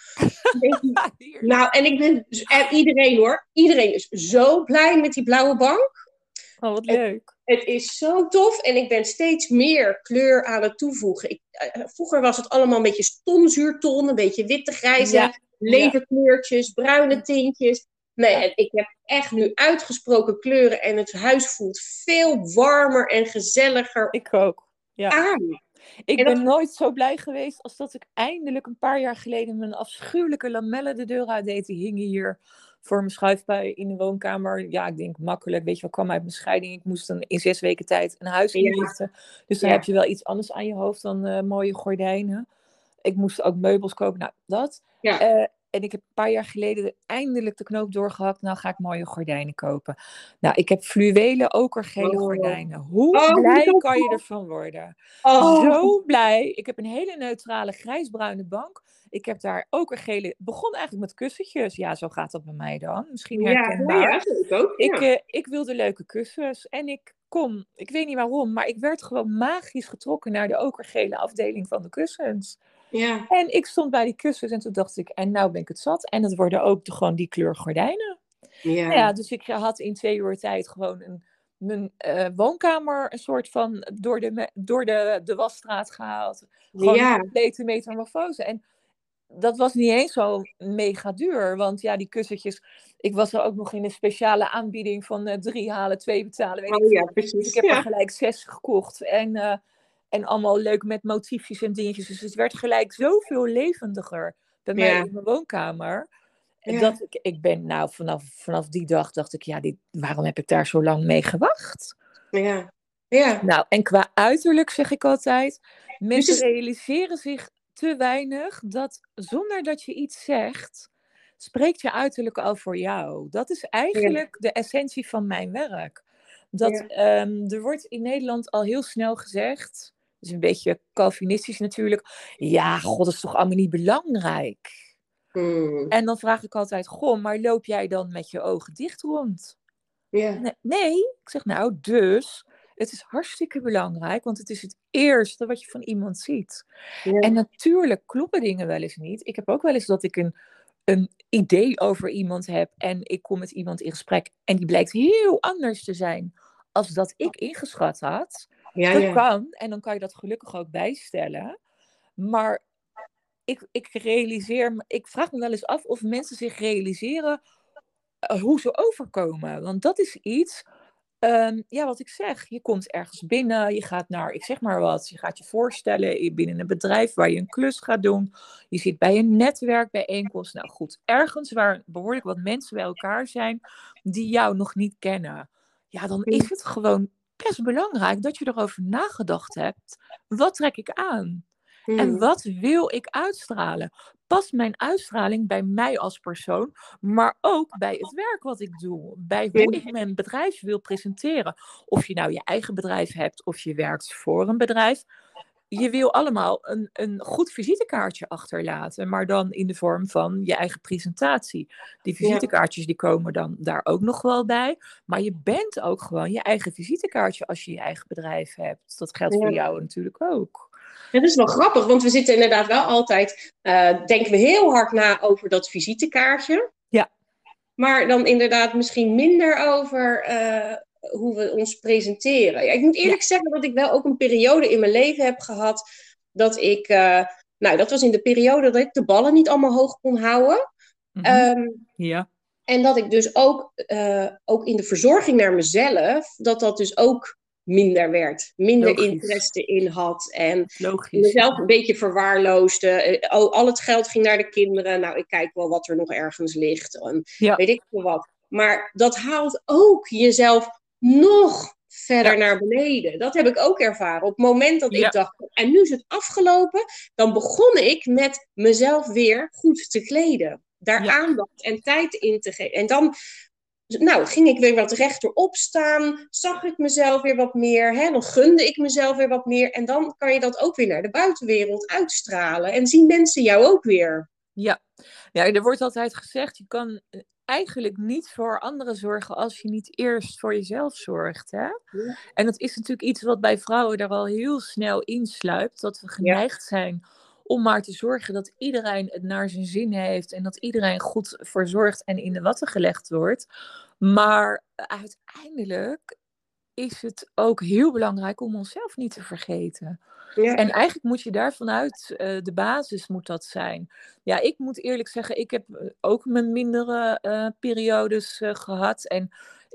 Ik, nou, en ik ben. En iedereen hoor. Iedereen is zo blij met die blauwe bank. Oh, wat leuk. Het, het is zo tof en ik ben steeds meer kleur aan het toevoegen. Ik, uh, vroeger was het allemaal een beetje tonzuurton, een beetje witte, grijze, ja. leverkleurtjes, bruine tintjes. Nee, en ik heb echt nu uitgesproken kleuren en het huis voelt veel warmer en gezelliger ik ook. Ja. aan. Ik En ben dat, nooit zo blij geweest als dat ik eindelijk een paar jaar geleden mijn afschuwelijke lamellen de deur uit deed. Die hingen hier voor mijn schuifbui in de woonkamer. Ja, ik denk makkelijk. Weet je wel, kwam uit mijn scheiding. Ik moest dan in zes weken tijd een huis ja, inrichten. Dus dan heb ja, je wel iets anders aan je hoofd dan uh, mooie gordijnen. Ik moest ook meubels kopen. Nou, dat. ja. Uh, en ik heb een paar jaar geleden eindelijk de knoop doorgehakt. Nou ga ik mooie gordijnen kopen. Nou, ik heb fluwelen okergele Oh, gordijnen. Hoe oh, vind ik blij ook kan je wel. ervan worden? Oh, Zo blij. Ik heb een hele neutrale grijsbruine bank. Ik heb daar okergele... Het begon eigenlijk met kussentjes. Ja, zo gaat dat bij mij dan. Misschien ja, ja, ja, herkenbaar. vind ik ook, Ik, ja. uh, ik wilde leuke kussens. En ik kom, ik weet niet waarom, maar ik werd gewoon magisch getrokken naar de okergele afdeling van de kussens. Ja, En ik stond bij die kussens en toen dacht ik, en nou ben ik het zat. En het worden ook de, gewoon die kleur gordijnen. Nou ja, ja, dus ik had in twee uur tijd gewoon een, mijn uh, woonkamer een soort van door de, door de, de wasstraat gehaald. Gewoon een ja, complete metamorfose. En dat was niet eens zo mega duur. Want ja, die kussentjes... Ik was er ook nog in een speciale aanbieding van uh, drie halen, twee betalen, weet ik oh ja, veel. Dus ik precies, heb er ja. gelijk zes gekocht. En, uh, en allemaal leuk met motiefjes en dingetjes. Dus het werd gelijk zoveel levendiger bij mij Ja, in mijn woonkamer. ja, Dat ik, ik ben nou vanaf, vanaf die dag dacht ik, ja, dit, waarom heb ik daar zo lang mee gewacht? ja, ja. Nou, en qua uiterlijk zeg ik altijd, Dus mensen is, realiseren zich te weinig dat zonder dat je iets zegt, spreekt je uiterlijk al voor jou. Dat is ja, eigenlijk de essentie van mijn werk. Dat ja, um, er wordt in Nederland al heel snel gezegd, dus een beetje Calvinistisch natuurlijk, ja, god, dat is toch allemaal niet belangrijk. hmm, En dan vraag ik altijd, goh, maar loop jij dan met je ogen dicht rond? ja, Nee, nee, ik zeg nou, dus het is hartstikke belangrijk, want het is het eerste wat je van iemand ziet. En ja, natuurlijk kloppen dingen wel eens niet. Ik heb ook wel eens dat ik een, een idee over iemand heb en ik kom met iemand in gesprek en die blijkt heel anders te zijn als dat ik ingeschat had. ja, Dat ja, kan en dan kan je dat gelukkig ook bijstellen. Maar ik, ik realiseer me, ik vraag me wel eens af of mensen zich realiseren uh, hoe ze overkomen. Want dat is iets, um, ja, wat ik zeg. Je komt ergens binnen, je gaat naar, ik zeg maar wat, je gaat je voorstellen binnen een bedrijf waar je een klus gaat doen. Je zit bij een netwerkbijeenkomst. Nou goed, ergens waar behoorlijk wat mensen bij elkaar zijn die jou nog niet kennen. Ja, dan is hmm, het gewoon best belangrijk dat je erover nagedacht hebt. Wat trek ik aan? En hmm, wat wil ik uitstralen? Past mijn uitstraling bij mij als persoon, maar ook bij het werk wat ik doe, bij hoe ik ja, mijn bedrijf wil presenteren. Of je nou je eigen bedrijf hebt of je werkt voor een bedrijf. Je wil allemaal een, een goed visitekaartje achterlaten, maar dan in de vorm van je eigen presentatie. Die ja, visitekaartjes die komen dan daar ook nog wel bij, maar je bent ook gewoon je eigen visitekaartje als je je eigen bedrijf hebt. Dat geldt voor ja. jou natuurlijk ook. Het is wel grappig, want we zitten inderdaad wel altijd, uh, denken we heel hard na over dat visitekaartje. Ja. Maar dan inderdaad misschien minder over uh, hoe we ons presenteren. Ja, ik moet Ja. eerlijk zeggen dat ik wel ook een periode in mijn leven heb gehad dat ik, uh, nou dat was in de periode dat ik de ballen niet allemaal hoog kon houden. Mm-hmm. Um, Ja. en dat ik dus ook, uh, ook in de verzorging naar mezelf, dat dat dus ook minder werd. Minder Logisch. interesse in had. En Logisch, mezelf ja. een beetje verwaarloosde. Oh, al het geld ging naar de kinderen. Nou, ik kijk wel wat er nog ergens ligt. En Ja, weet ik veel wat. Maar dat haalt ook jezelf nog verder ja, naar beneden. Dat heb ik ook ervaren. Op het moment dat ik ja, dacht, en nu is het afgelopen, dan begon ik met mezelf weer goed te kleden. Daar ja, aandacht en tijd in te geven. En dan nou, ging ik weer wat rechterop staan, zag ik mezelf weer wat meer, hè? Dan gunde ik mezelf weer wat meer. En dan kan je dat ook weer naar de buitenwereld uitstralen. En zien mensen jou ook weer. ja. Ja, er wordt altijd gezegd, je kan eigenlijk niet voor anderen zorgen als je niet eerst voor jezelf zorgt. Hè? Ja, En dat is natuurlijk iets wat bij vrouwen er al heel snel insluipt. Dat we ja, geneigd zijn om maar te zorgen dat iedereen het naar zijn zin heeft. En dat iedereen goed verzorgd en in de watten gelegd wordt. Maar uiteindelijk is het ook heel belangrijk om onszelf niet te vergeten. ja, En eigenlijk moet je daar vanuit, uh, de basis moet dat zijn. Ja, ik moet eerlijk zeggen, ik heb ook mijn mindere uh, periodes uh, gehad. En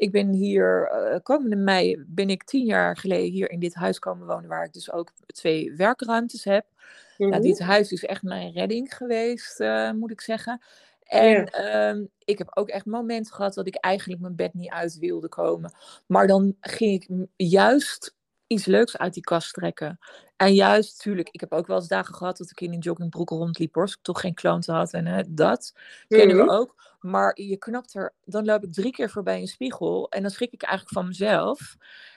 Ik ben hier, uh, komende mei ben ik tien jaar geleden hier in dit huis komen wonen, waar ik dus ook twee werkruimtes heb. Mm-hmm. Nou, dit huis is echt mijn redding geweest, uh, moet ik zeggen. En Ja. um, ik heb ook echt momenten gehad dat ik eigenlijk mijn bed niet uit wilde komen. Maar dan ging ik juist iets leuks uit die kast trekken. En juist, natuurlijk, ik heb ook wel eens dagen gehad dat ik in een joggingbroek rondliep, als ik toch geen klanten had. En hè, dat kennen Mm-hmm. we ook. Maar je knapt er, dan loop ik drie keer voorbij een spiegel en dan schrik ik eigenlijk van mezelf.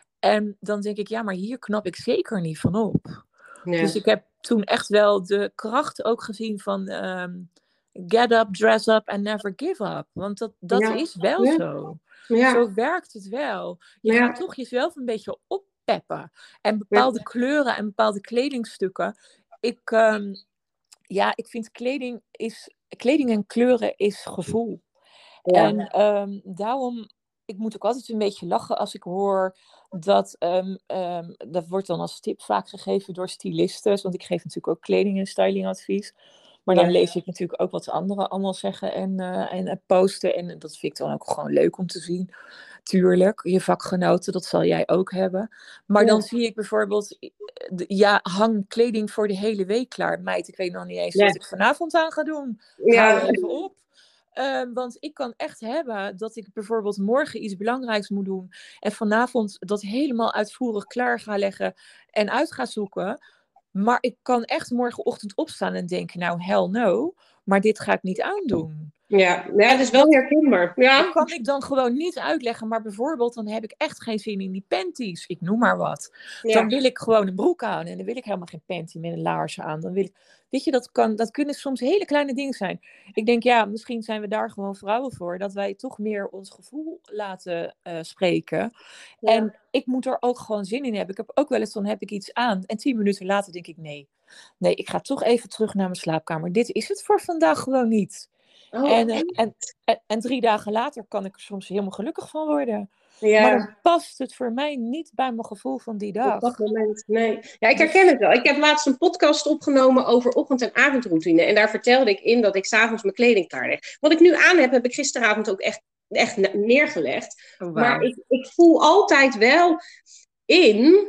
En dan denk ik, ja, maar hier knap ik zeker niet van op. Ja. Dus ik heb toen echt wel de kracht ook gezien van um, get up, dress up and never give up. Want dat, dat ja. is wel ja. zo. Ja. Zo werkt het wel. Je ja. gaat toch jezelf een beetje oppeppen. En bepaalde ja. kleuren en bepaalde kledingstukken. Ik, um, ja, ik vind kleding is, kleding en kleuren is gevoel. Ja. En um, daarom, ik moet ook altijd een beetje lachen als ik hoor dat, um, um, dat wordt dan als tip vaak gegeven door stylisten, want ik geef natuurlijk ook kleding- en stylingadvies. Maar dan ja. lees ik natuurlijk ook wat anderen allemaal zeggen en, uh, en uh, posten. En dat vind ik dan ook gewoon leuk om te zien. Tuurlijk, je vakgenoten, dat zal jij ook hebben. Maar ja. dan zie ik bijvoorbeeld, ja, hang kleding voor de hele week klaar. Meid, ik weet nog niet eens ja. wat ik vanavond aan ga doen. Ja. Hou even op. Uh, want ik kan echt hebben dat ik bijvoorbeeld morgen iets belangrijks moet doen. En vanavond dat helemaal uitvoerig klaar ga leggen en uit ga zoeken. Maar ik kan echt morgenochtend opstaan en denken, nou hell no, maar dit ga ik niet aandoen. Ja, ja dat is wel herkenbaar. Ja. Dat kan ik dan gewoon niet uitleggen, maar bijvoorbeeld dan heb ik echt geen zin in die panties, ik noem maar wat. Ja. Dan wil ik gewoon een broek aan en dan wil ik helemaal geen panty met een laarzen aan. Dan wil ik, weet je, dat, kan, dat kunnen soms hele kleine dingen zijn. Ik denk, ja, misschien zijn we daar gewoon vrouwen voor, dat wij toch meer ons gevoel laten uh, spreken. Ja. En ik moet er ook gewoon zin in hebben. Ik heb ook wel eens, dan heb ik iets aan en tien minuten later denk ik, nee, nee, ik ga toch even terug naar mijn slaapkamer. Dit is het voor vandaag gewoon niet. Oh, en, uh, en, en, en drie dagen later kan ik er soms helemaal gelukkig van worden. Ja. Maar dan past het voor mij niet bij mijn gevoel van die dag. Op dat moment, nee. Ja, ik herken het wel. Ik heb laatst een podcast opgenomen over ochtend- en avondroutine. En daar vertelde ik in dat ik 's avonds mijn kleding klaarleg. Wat ik nu aan heb, heb ik gisteravond ook echt, echt neergelegd. Oh, wow. Maar ik, ik voel altijd wel in,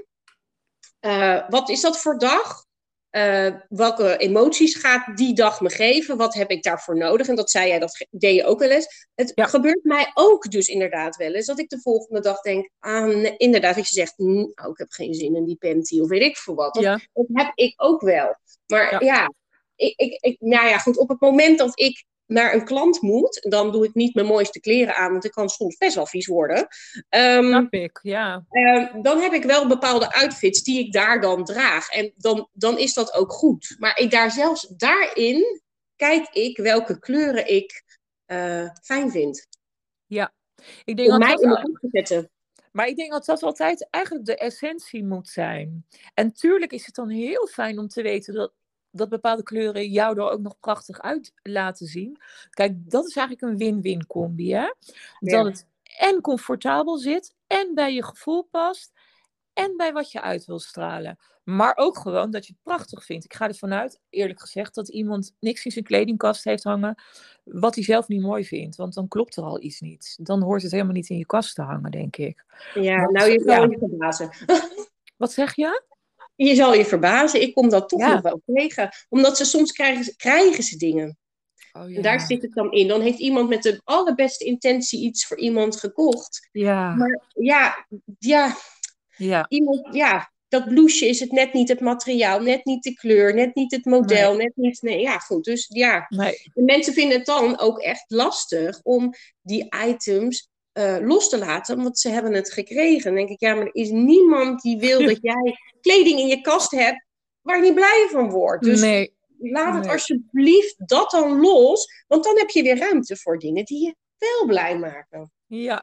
uh, wat is dat voor dag? Uh, welke emoties gaat die dag me geven? Wat heb ik daarvoor nodig? En dat zei jij, dat deed je ook wel eens. Het ja. gebeurt mij ook dus inderdaad wel eens. Dat ik de volgende dag denk, ah, nee, inderdaad, dat je zegt, oh, ik heb geen zin in die panty of weet ik veel wat. Dat, ja. dat heb ik ook wel. Maar ja, ja ik, ik, ik, nou ja, goed, op het moment dat ik naar een klant moet, dan doe ik niet mijn mooiste kleren aan, want ik kan soms best wel vies worden. Um, Snap ik, ja. Um, dan heb ik wel bepaalde outfits die ik daar dan draag. En dan, dan is dat ook goed. Maar ik daar zelfs daarin kijk ik welke kleuren ik uh, fijn vind. Ja. Ik denk Om dat mij dat in de kant te zetten. Maar ik denk dat dat altijd eigenlijk de essentie moet zijn. En tuurlijk is het dan heel fijn om te weten dat dat bepaalde kleuren jou er ook nog prachtig uit laten zien. Kijk, dat is eigenlijk een win-win combi, hè? Dat ja. het en comfortabel zit, en bij je gevoel past, en bij wat je uit wil stralen. Maar ook gewoon dat je het prachtig vindt. Ik ga ervan uit, eerlijk gezegd, dat iemand niks in zijn kledingkast heeft hangen wat hij zelf niet mooi vindt. Want dan klopt er al iets niet. Dan hoort het helemaal niet in je kast te hangen, denk ik. Ja, maar, nou je zal ja. je verbazen. Wat zeg je? Je zal je verbazen, ik kom dat toch ja. nog wel tegen. Omdat ze soms krijgen, krijgen ze dingen. Oh, ja. En daar zit het dan in. Dan heeft iemand met de allerbeste intentie iets voor iemand gekocht. Ja. Maar ja, ja, ja. iemand, ja, dat blouseje is het net niet het materiaal, net niet de kleur, net niet het model, nee. net niet, nee, ja goed. Dus ja, nee. de mensen vinden het dan ook echt lastig om die items Uh, los te laten, want ze hebben het gekregen. Dan denk ik, ja, maar er is niemand die wil dat jij kleding in je kast hebt waar je niet blij van wordt. Dus nee. laat het nee. alsjeblieft dat dan los, want dan heb je weer ruimte voor dingen die je wel blij maken. Ja,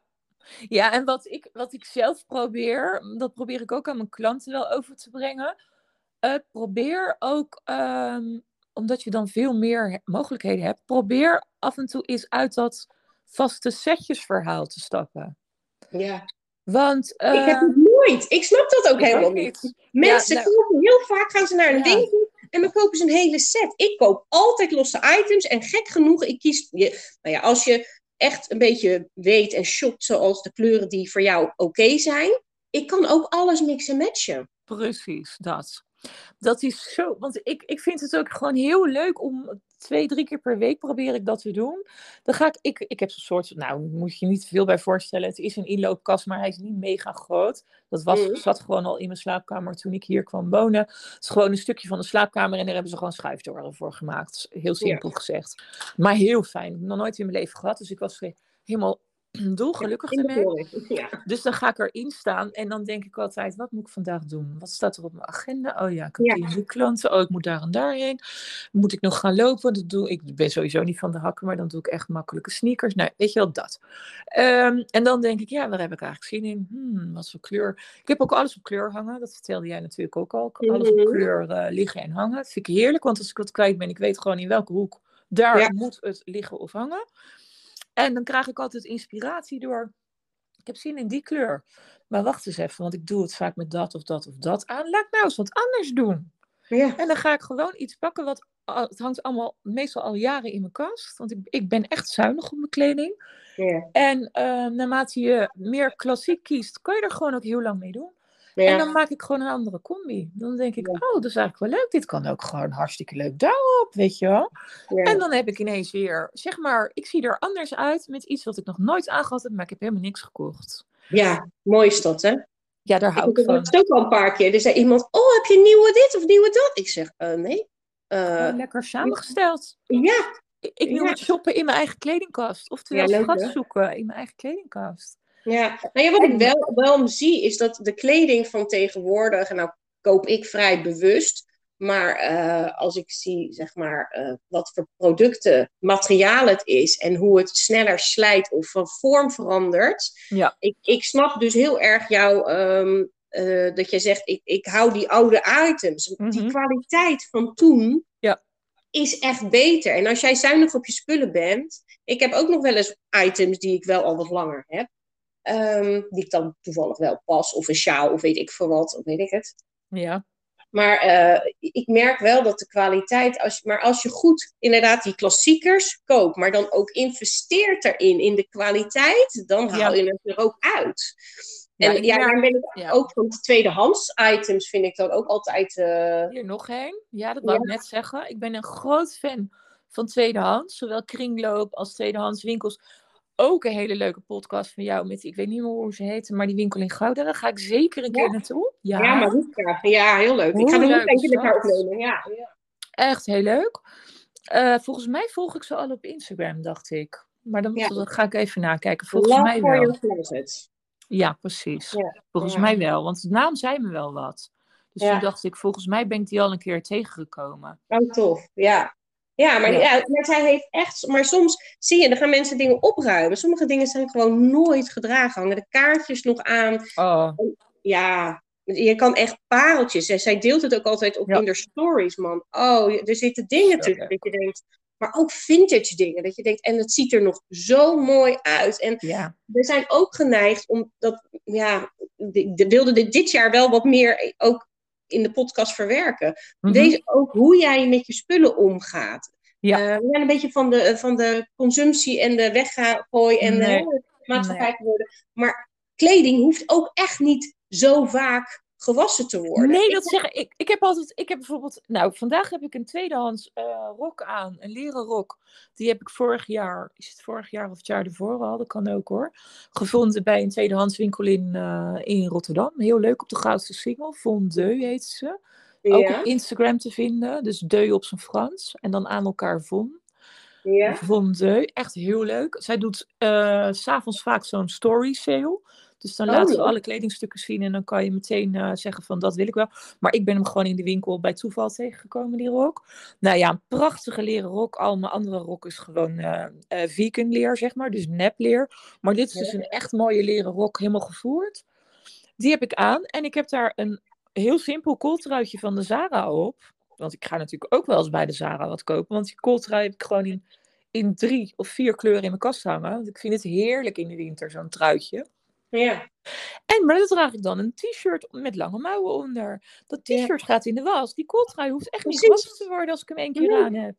ja en wat ik, wat ik zelf probeer, dat probeer ik ook aan mijn klanten wel over te brengen. Uh, probeer ook, um, omdat je dan veel meer mogelijkheden hebt, probeer af en toe eens uit dat vaste setjesverhaal te stappen. Ja. Want, uh, ik heb het nooit. Ik snap dat ook ik helemaal ook niet. niet. Mensen ja, nou, kopen heel vaak, gaan ze naar een ja. winkel en dan kopen ze een hele set. Ik koop altijd losse items en gek genoeg, ik kies, je, nou ja, als je echt een beetje weet en shopt zoals de kleuren die voor jou oké zijn. Ik kan ook alles mixen en matchen. Precies, dat. Dat is zo, want ik, ik vind het ook gewoon heel leuk om twee, drie keer per week probeer ik dat te doen. Dan ga ik, ik, ik heb zo'n soort, nou moet je je niet veel bij voorstellen. Het is een inloopkast, maar hij is niet mega groot. Dat was, Mm. zat gewoon al in mijn slaapkamer toen ik hier kwam wonen. Het is gewoon een stukje van de slaapkamer en daar hebben ze gewoon schuifdeuren voor gemaakt. Heel simpel Ja. gezegd. Maar heel fijn. Ik heb nog nooit in mijn leven gehad, dus ik was er helemaal dolgelukkig In de ermee. glory. Ja. Dus dan ga ik erin staan en dan denk ik altijd, wat moet ik vandaag doen? Wat staat er op mijn agenda? Oh ja, ik heb Ja. die en die klanten. Oh, ik moet daar en daarheen. Moet ik nog gaan lopen? Dat doe ik. Ik ben sowieso niet van de hakken, maar dan doe ik echt makkelijke sneakers. Nou, weet je wel, dat. Um, en dan denk ik, ja, waar heb ik eigenlijk zin in? Hmm, wat voor kleur? Ik heb ook alles op kleur hangen. Dat vertelde jij natuurlijk ook al. Alles op kleur uh, liggen en hangen. Dat vind ik heerlijk, want als ik wat kwijt ben, ik weet gewoon in welke hoek daar ja. moet het liggen of hangen. En dan krijg ik altijd inspiratie door... Ik heb zin in die kleur. Maar wacht eens even, want ik doe het vaak met dat of dat of dat aan. Laat ik nou eens wat anders doen. Ja. En dan ga ik gewoon iets pakken wat... Het hangt allemaal meestal al jaren in mijn kast. Want ik, ik ben echt zuinig op mijn kleding. Ja. En uh, naarmate je meer klassiek kiest, kan je er gewoon ook heel lang mee doen. Ja. En dan maak ik gewoon een andere combi. Dan denk ik, ja. oh, dat is eigenlijk wel leuk. Dit kan ook gewoon hartstikke leuk daarop, weet je wel. Ja. En dan heb ik ineens weer, zeg maar, ik zie er anders uit met iets wat ik nog nooit aangehad heb, maar ik heb helemaal niks gekocht. Ja, mooi is dat, hè? Ja, daar hou ik, ik van. Dat ook al een paar keer. Er zei iemand, oh, heb je nieuwe dit of nieuwe dat? Ik zeg, uh, nee. Uh, oh, lekker samengesteld. Ja. Ik, ik noem ja. het shoppen in mijn eigen kledingkast. Oftewel ja, schat zoeken in mijn eigen kledingkast. Ja, nou ja, wat ik wel, wel zie is dat de kleding van tegenwoordig, en nou koop ik vrij bewust, maar uh, als ik zie, zeg maar, uh, wat voor producten, materiaal het is en hoe het sneller slijt of van vorm verandert. Ja. Ik, ik snap dus heel erg jou, um, uh, dat je zegt, ik, ik hou die oude items. Mm-hmm. Die kwaliteit van toen ja. is echt beter. En als jij zuinig op je spullen bent, ik heb ook nog wel eens items die ik wel al wat langer heb. Um, die ik dan toevallig wel pas, of een sjaal, of weet ik veel wat, of weet ik het. Ja. Maar uh, ik merk wel dat de kwaliteit, als, maar als je goed inderdaad die klassiekers koopt, maar dan ook investeert erin, in de kwaliteit, dan haal ja. je het er ook uit. Ja, en ja, daar ben ik ja. ook van de tweedehands items, vind ik dan ook altijd... Uh... Hier nog één. Ja, dat wou ik ja. net zeggen. Ik ben een groot fan van tweedehands, zowel kringloop als tweedehands winkels. Ook een hele leuke podcast van jou met, ik weet niet meer hoe ze heet, maar die winkel in Gouda, daar ga ik zeker een ja. keer naartoe. Ja, ja Mariska. Ja, heel leuk. Hoe ik ga er nog eentje met haar opnemen. Ja, ja. Echt heel leuk. Uh, volgens mij volg ik ze al op Instagram, dacht ik. Maar dan, ja. dan ga ik even nakijken. Volgens Love mij for wel. Your closet. Ja, precies. Ja. Volgens ja. mij wel, want de naam zei me wel wat. Dus ja. toen dacht ik, volgens mij ben ik die al een keer tegengekomen. Oh, tof. Ja. Ja, maar, ja. Ja, maar zij heeft echt... Maar soms zie je, dan gaan mensen dingen opruimen. Sommige dingen zijn gewoon nooit gedragen. Hangen de kaartjes nog aan. Oh. Ja, je kan echt pareltjes. En zij deelt het ook altijd op ja. in de stories, man. Oh, er zitten dingen tussen dat je denkt... Maar ook vintage dingen. Dat je denkt, en het ziet er nog zo mooi uit. En ja. we zijn ook geneigd om dat... Ja, ik wilde dit, dit jaar wel wat meer ook in de podcast verwerken. Mm-hmm. Wees ook hoe jij met je spullen omgaat. Ja. Uh, we zijn een beetje van de, van de consumptie en de weggooi en nee. de maatschappij geworden. Nee. Maar kleding hoeft ook echt niet zo vaak gewassen te worden. Nee, dat zeg ik. Ik, ik heb altijd, ik heb bijvoorbeeld, nou, vandaag heb ik een tweedehands uh, rok aan, een leren rok. Die heb ik vorig jaar, is het vorig jaar of het jaar ervoor al, dat kan ook hoor, gevonden bij een tweedehands winkel in, uh, in Rotterdam. Heel leuk, op de Goudse Singel, Fondeu heet ze. Ja. Ook op Instagram te vinden, dus Deu op zijn Frans. En dan aan elkaar Von. Ja. Fondeu, echt heel leuk. Zij doet uh, 's avonds vaak zo'n story sale. Dus dan oh, laten we alle kledingstukken zien en dan kan je meteen uh, zeggen van dat wil ik wel. Maar ik ben hem gewoon in de winkel bij toeval tegengekomen, die rok. Nou ja, een prachtige leren rok. Al mijn andere rok is gewoon uh, uh, vegan leer, zeg maar. Dus nepleer. Maar dit is dus een echt mooie leren rok, helemaal gevoerd. Die heb ik aan en ik heb daar een heel simpel kooltruitje van de Zara op. Want ik ga natuurlijk ook wel eens bij de Zara wat kopen. Want die kooltrui heb ik gewoon in, in drie of vier kleuren in mijn kast hangen. Want ik vind het heerlijk in de winter, zo'n truitje. Ja. En maar dan draag ik dan een t-shirt met lange mouwen onder. Dat t-shirt ja. gaat in de was. Die kooltrui hoeft echt niet gewassen te worden als ik hem één keer nee. aan heb.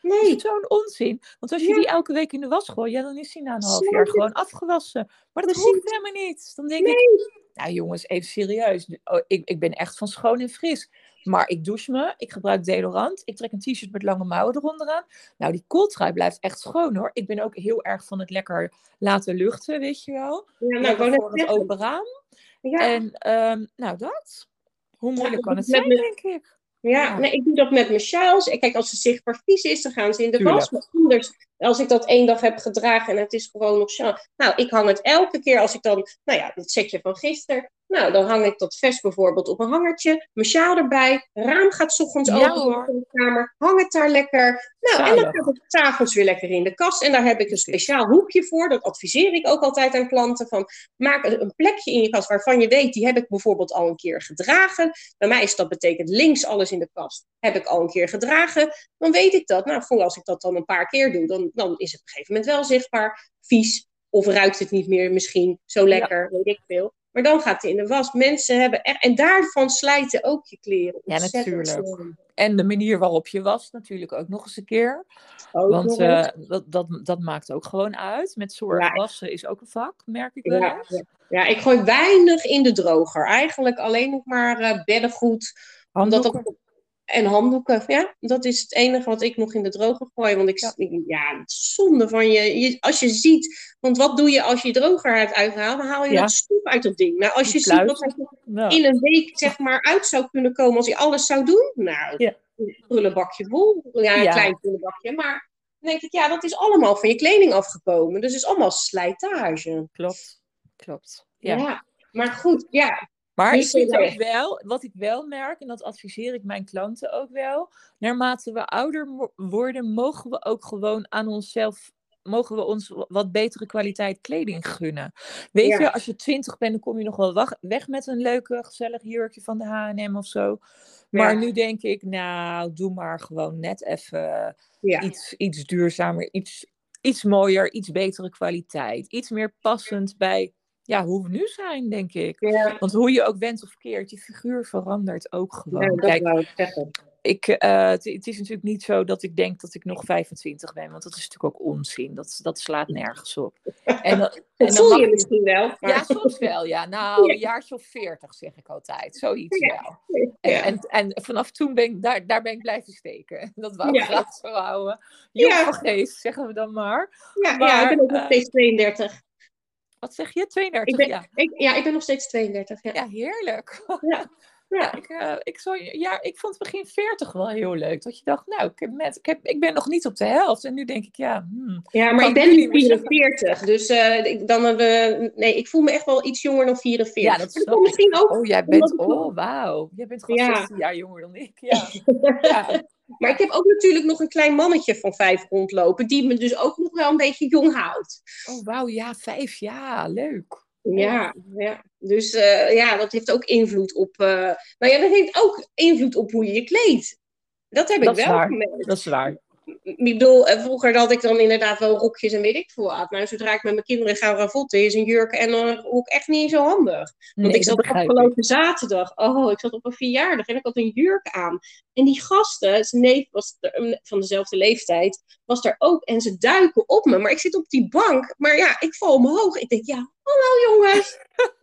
Is het Nee, zo'n onzin? Want als je ja, die elke week in de was gooit, ja, dan is die na een half jaar snap gewoon afgewassen. Maar dat hoeft precies. helemaal niet. Dan denk ik, Nee, nou jongens, even serieus. Oh, ik, ik ben echt van schoon en fris. Maar ik douche me, ik gebruik deodorant, ik trek een t-shirt met lange mouwen eronder aan. Nou, die kooltrui blijft echt schoon hoor. Ik ben ook heel erg van het lekker laten luchten, weet je wel. ja, nou, ik Lekker wou net voor het zeggen. open raam. Ja, En um, nou dat, hoe ja, moeilijk dat kan doe het ik met zijn, mijn denk ik. Ja, Ja, nee, ik doe dat met mijn sjaals. En kijk, als ze zichtbaar vies is, dan gaan ze in de was. Maar tuurlijk. anders, als ik dat één dag heb gedragen en het is gewoon nog sjaal. Nou, ik hang het elke keer als ik dan, nou ja, dat setje van gisteren. Nou, dan hang ik dat vest bijvoorbeeld op een hangertje. Mijn sjaal erbij. Raam gaat 's ochtends Ja open hoor, in de kamer. Hang het daar lekker. Nou, en dan gaat zalig. het 's avonds weer lekker in de kast. En daar heb ik een Precies. speciaal hoekje voor. Dat adviseer ik ook altijd aan klanten. Van, maak een plekje in je kast waarvan je weet, die heb ik bijvoorbeeld al een keer gedragen. Bij mij is dat betekent links alles in de kast. Heb ik al een keer gedragen, dan weet ik dat. Nou, voor als ik dat dan een paar keer doe, dan, dan is het op een gegeven moment wel zichtbaar. Vies, of ruikt het niet meer misschien zo Ja, lekker, weet ik veel. Maar dan gaat het in de was. Mensen hebben echt... En daarvan slijten ook je kleren ja, ontzettend natuurlijk. snel. En de manier waarop je was natuurlijk ook nog eens een keer. Ook Want nog eens. uh, dat, dat, dat maakt ook gewoon uit. Met zorg Ja, wassen is ook een vak, merk ik wel ja, eens. ja. Ja, ik gooi weinig in de droger. Eigenlijk alleen nog maar uh, beddengoed. Omdat dat Handdoeken. En handdoeken, ja, dat is het enige wat ik nog in de droger gooi. Want ik, Ja, ja, het is zonde van je, je. Als je ziet, want wat doe je als je droger uit uithaalt? Dan haal je dat ja, stof uit dat ding. Nou, als die je ziet wat pluizen. er Ja. in een week zeg maar uit zou kunnen komen als je alles zou doen. Nou, Ja. een prullenbakje vol. Ja, een Ja, klein prullenbakje. Maar dan denk ik, ja, dat is allemaal van je kleding afgekomen. Dus het is allemaal slijtage. klopt. Klopt. Ja. Ja, maar goed, ja. Maar ik Dus vind ook uh, wel, wat ik wel merk, en dat adviseer ik mijn klanten ook wel, naarmate we ouder mo- worden, mogen we ook gewoon aan onszelf, mogen we ons wat betere kwaliteit kleding gunnen. Weet je, ja, als je twintig bent, dan kom je nog wel wag- weg met een leuke, gezellig jurkje van de H en M of zo. Maar ja, nu denk ik, nou, doe maar gewoon net even ja. iets, iets duurzamer, iets, iets mooier, iets betere kwaliteit. Iets meer passend bij ja, hoe we nu zijn, denk ik. Ja, Want hoe je ook bent of keert, je figuur verandert ook gewoon. nou, dat Kijk, wou ik zeggen. ik, uh, het, het is natuurlijk niet zo dat ik denk dat ik nog vijfentwintig ben, want dat is natuurlijk ook onzin. Dat, dat slaat nergens op. En, dan, en Dat dan voel je mag je. misschien wel, Ja, maar soms wel. Ja, nou, een jaartje of veertig zeg ik altijd. Zoiets ja, wel. En, ja, en, en vanaf toen ben ik, daar, daar ben ik blijven steken. Dat wou ik ja, graag zo houden. Jong van ja, geest, zeggen we dan maar. ja, ja, ik ben Maar, ook nog uh, steeds tweeëndertig. wat zeg je? Ik tweeëndertig, ben, ja. ik, ja, ik ben nog steeds tweeëndertig, ja. Ja, heerlijk. Ja, Ja, ja. ik, uh, ik, zo, ja, ik vond begin veertig wel heel leuk. Dat je dacht, nou, ik, heb met, ik, heb, ik ben nog niet op de helft. En nu denk ik, ja, hmm, Ja, maar kan ik ik ben nu nu niet meer zeggen. vierenveertig, dus uh, ik, dan, uh, nee, ik voel me echt wel iets jonger dan Ja, vierenveertig. dat Maar dat komt snap misschien ik. ook Oh, jij omdat bent, ik nog... oh, wauw. Jij bent gewoon Ja. zestien jaar jonger dan ik. Ja, ja, Maar ik ja. heb ook natuurlijk nog een klein mannetje van vijf rondlopen, die me dus ook nog wel een beetje jong houdt. Oh, wauw, ja, vijf jaar. Leuk. Leuk. Ja, ja. Dus uh, ja, dat heeft ook invloed op. Uh, nou ja, dat heeft ook invloed op hoe je je kleedt. Dat heb ik Dat is wel waar. Dat gemerkt. is waar. Ik bedoel, uh, vroeger had ik dan inderdaad wel rokjes en weet ik veel wat. Nou, zodra ik met mijn kinderen ga ravotten, is een jurk en een rok echt niet zo handig. Want Nee, ik dat zat begrijp ik. afgelopen zaterdag, oh, ik zat op een verjaardag en ik had een jurk aan. En die gasten, zijn neef was er, van dezelfde leeftijd, was daar ook. En ze duiken op me. Maar ik zit op die bank, maar ja, ik val omhoog. Ik denk, ja, hallo jongens.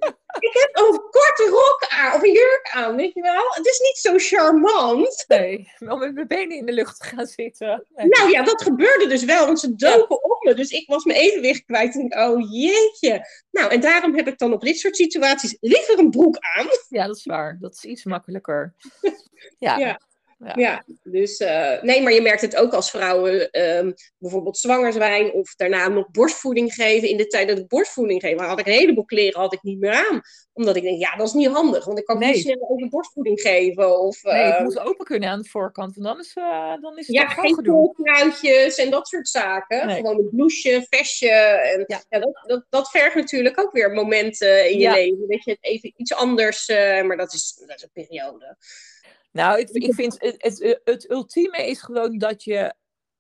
Ik heb een korte rok aan, of een jurk aan, weet je wel. Het is niet zo charmant. Nee, om met mijn benen in de lucht te gaan zitten. Nee. Nou ja, dat gebeurde dus wel, want ze Ja. doken op me. Dus ik was mijn evenwicht kwijt. En ik, oh jeetje. Nou, en daarom heb ik dan op dit soort situaties liever een broek aan. Ja, dat is waar. Dat is iets makkelijker. Ja. Ja. Ja. Ja, dus uh, nee, maar je merkt het ook als vrouwen um, bijvoorbeeld zwanger zijn of daarna nog borstvoeding geven. In de tijd dat ik borstvoeding geef, had ik een heleboel kleren had ik niet meer aan. Omdat ik denk, ja, dat is niet handig, want ik kan Nee. niet snel over borstvoeding geven. Of, uh, nee, het moet open kunnen aan de voorkant, want dan is, uh, dan is het ja, toch gewoon geen gedoe. koolkruidjes en dat soort zaken. Nee. Gewoon een blouseje, vestje. En, ja. Ja, dat, dat, dat vergt natuurlijk ook weer momenten in je ja. leven. Dat je het even iets anders, uh, maar dat is, dat is een periode. Nou, ik, ik vind het, het, het ultieme is gewoon dat je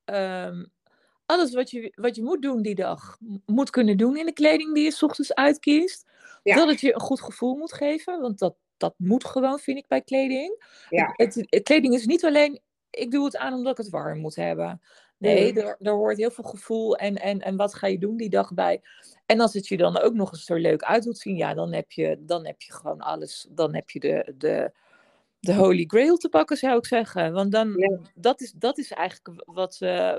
um, alles wat je, wat je moet doen die dag, moet kunnen doen in de kleding die je 's ochtends uitkiest. Ja. Dat het je een goed gevoel moet geven, want dat, dat moet gewoon, vind ik, bij kleding. Ja. Het, het, het, kleding is niet alleen, ik doe het aan omdat ik het warm moet hebben. Nee, er, er hoort heel veel gevoel en, en, en wat ga je doen die dag bij. En als het je dan ook nog eens er leuk uit doet zien, ja, dan heb je, dan heb je gewoon alles. Dan heb je de, de, de Holy Grail te pakken, zou ik zeggen. Want dan, Ja, dat is, dat is eigenlijk wat, uh,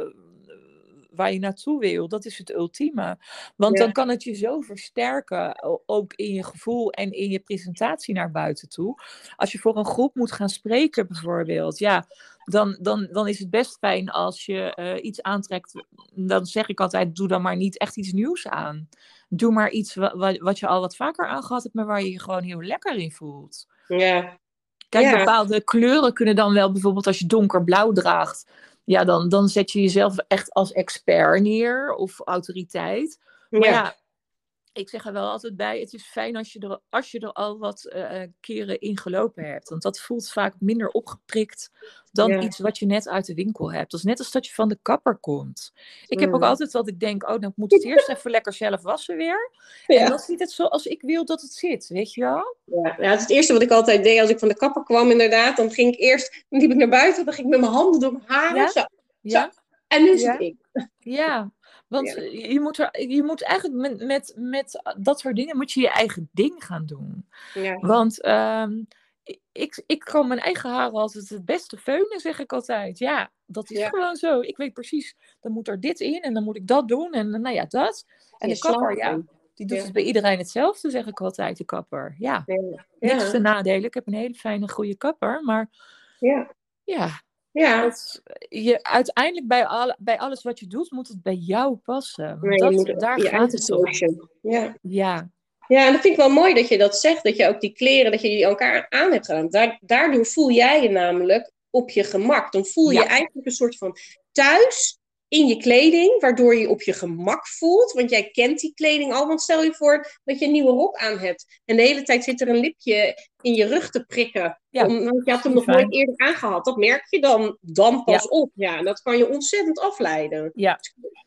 waar je naartoe wil. Dat is het ultieme. Want dan ja, kan het je zo versterken, ook in je gevoel en in je presentatie naar buiten toe. Als je voor een groep moet gaan spreken bijvoorbeeld, ja, dan, dan, dan is het best fijn als je uh, iets aantrekt. Dan zeg ik altijd, doe dan maar niet echt iets nieuws aan. Doe maar iets wat, wat je al wat vaker aangehad hebt, maar waar je je gewoon heel lekker in voelt. ja, Kijk, ja, bepaalde kleuren kunnen dan wel, bijvoorbeeld als je donkerblauw draagt, ja, dan, dan zet je jezelf echt als expert neer of autoriteit. Maar ja, ja, ik zeg er wel altijd bij, het is fijn als je er, als je er al wat uh, keren in gelopen hebt. Want dat voelt vaak minder opgeprikt dan ja. iets wat je net uit de winkel hebt. Dat is net als dat je van de kapper komt. Ik heb ook Mm. altijd dat ik denk, oh, dan moet het eerst even lekker zelf wassen weer. En dan Ja. ziet het zoals ik wil dat het zit, weet je wel? Ja, ja, het is het eerste wat ik altijd deed als ik van de kapper kwam, inderdaad. Dan ging ik eerst, dan liep ik naar buiten, dan ging ik met mijn handen door mijn haren. Ja? Zo, zo. Ja? En nu zit Ja? ik. Ja, want Ja, je moet, er, je moet eigenlijk met, met, met dat soort dingen moet je je eigen ding gaan doen. ja, Want um, ik, ik kan mijn eigen haren altijd het beste veunen, zeg ik altijd. Ja, dat is ja. gewoon zo. Ik weet precies, dan moet er dit in en dan moet ik dat doen en nou ja, dat. En Je de kapper, slaat ja, hem. die doet Ja, het bij iedereen hetzelfde, zeg ik altijd, de kapper. Ja, ja, niks te ja, nadelen. Ik heb een hele fijne, goede kapper, maar ja, ja, ja. het, je, uiteindelijk bij, al, bij alles wat je doet, moet het bij jou passen. Want Nee, je dat, moet daar je gaat eigen het om. sausje. Ja. Ja, Ja, en dat vind ik wel mooi dat je dat zegt, dat je ook die kleren, dat je die elkaar aan hebt gedaan. Daar, daardoor voel jij je namelijk op je gemak. Dan voel je ja, eigenlijk een soort van thuis in je kleding, waardoor je je op je gemak voelt. Want jij kent die kleding al. Want stel je voor dat je een nieuwe rok aan hebt. En de hele tijd zit er een lipje in je rug te prikken. ja, Om, want je dat had is hem niet nog nooit fijn. eerder aangehad. Dat merk je dan, dan Ja, pas op. Ja, en dat kan je ontzettend afleiden. ja.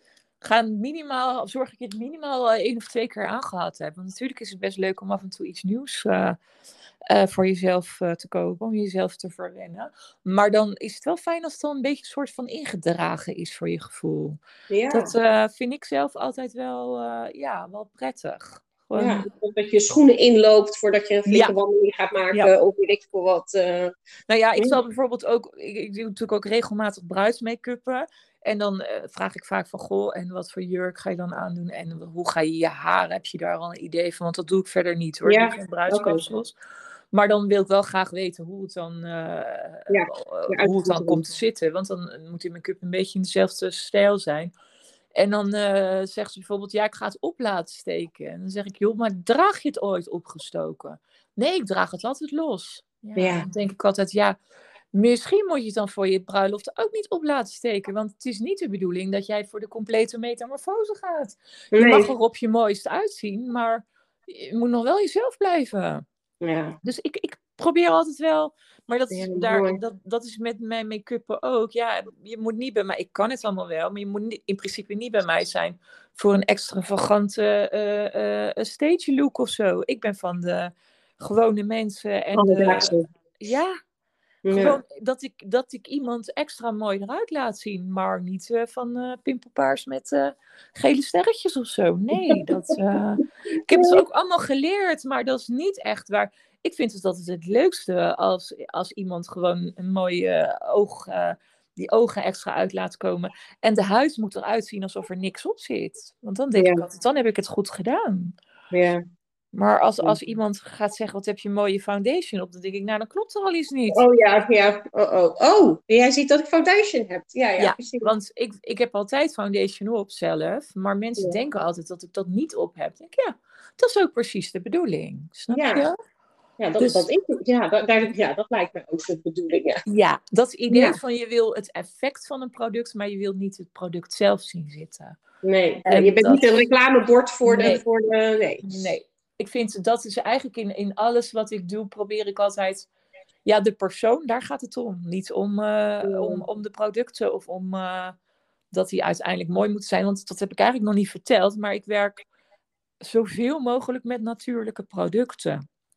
Ga minimaal, zorg dat je het minimaal uh, één of twee keer aangehad hebt. Want natuurlijk is het best leuk om af en toe iets nieuws uh, uh, voor jezelf uh, te kopen, om jezelf te verwennen. Maar dan is het wel fijn als het dan een beetje een soort van ingedragen is voor je gevoel. Dat Ja. uh, vind ik zelf altijd wel, uh, ja, wel prettig. Ja, Gewoon, of dat je schoenen inloopt voordat je een flinke ja, wandeling gaat ja. maken. Of weet ik veel wat. Uh, Nou ja, ik ja. zal bijvoorbeeld ook, ik, ik doe natuurlijk ook regelmatig bruidsmake-uppen. En dan uh, vraag ik vaak van, goh, en wat voor jurk ga je dan aandoen? En hoe ga je je haar? Heb je daar al een idee van? Want dat doe ik verder niet hoor. Ik doe Ja, geen oké. Okay. bruidskapsels. Maar dan wil ik wel graag weten hoe het dan, uh, Ja, uh, hoe het dan komt te zitten. Want dan moet die make-up een beetje in dezelfde stijl zijn. En dan uh, zegt ze bijvoorbeeld, ja, ik ga het op laten steken. En dan zeg ik, joh, maar draag je het ooit opgestoken? Nee, ik draag het altijd los. Ja, Ja. dan denk ik altijd, ja, misschien moet je het dan voor je bruiloft ook niet op laten steken. Want het is niet de bedoeling dat jij voor de complete metamorfose gaat. Je Nee. mag er op je mooist uitzien, maar je moet nog wel jezelf blijven. Ja. Dus ik, ik probeer altijd wel, maar dat is, Ja, daar, mooi. dat, dat is met mijn make-uppen ook. Ja, je moet niet bij mij, ik kan het allemaal wel, maar je moet niet, in principe niet bij mij zijn voor een extravagante uh, uh, stage look of zo. Ik ben van de gewone mensen en de, Alledaagse. ja, Ja. gewoon dat ik, dat ik iemand extra mooi eruit laat zien, maar niet uh, van uh, pimpelpaars met uh, gele sterretjes of zo. Nee, dat, uh, ik heb het ook allemaal geleerd, maar dat is niet echt waar. Ik vind het altijd het leukste als, als iemand gewoon een mooie oog, uh, die ogen extra uit laat komen. En de huid moet eruit zien alsof er niks op zit. Want dan denk Ja. ik altijd, dan heb ik het goed gedaan. Ja. Maar als, als iemand gaat zeggen, wat heb je een mooie foundation op, dan denk ik, nou, dan klopt er al iets niet. Oh ja, ja. Oh, oh. Oh, jij ziet dat ik foundation heb. Ja, ja, Ja, precies. want ik, ik heb altijd foundation op zelf, maar mensen Ja. denken altijd dat ik dat niet op heb. Ik denk, ja, dat is ook precies de bedoeling. Snap Ja. je? Ja, dat, Dus dat, is, ja, dat, daar, ja, dat lijkt me ook de bedoeling. Ja. ja, dat idee Ja. van je wil het effect van een product, maar je wil niet het product zelf zien zitten. Nee, En je bent dat, niet een reclamebord voor de... nee, Voor de nee. nee. Ik vind dat is eigenlijk in, in alles wat ik doe, probeer ik altijd, ja, de persoon, daar gaat het om. Niet om, uh, om, om de producten of om uh, dat die uiteindelijk mooi moeten zijn, want dat heb ik eigenlijk nog niet verteld, maar ik werk zoveel mogelijk met natuurlijke producten.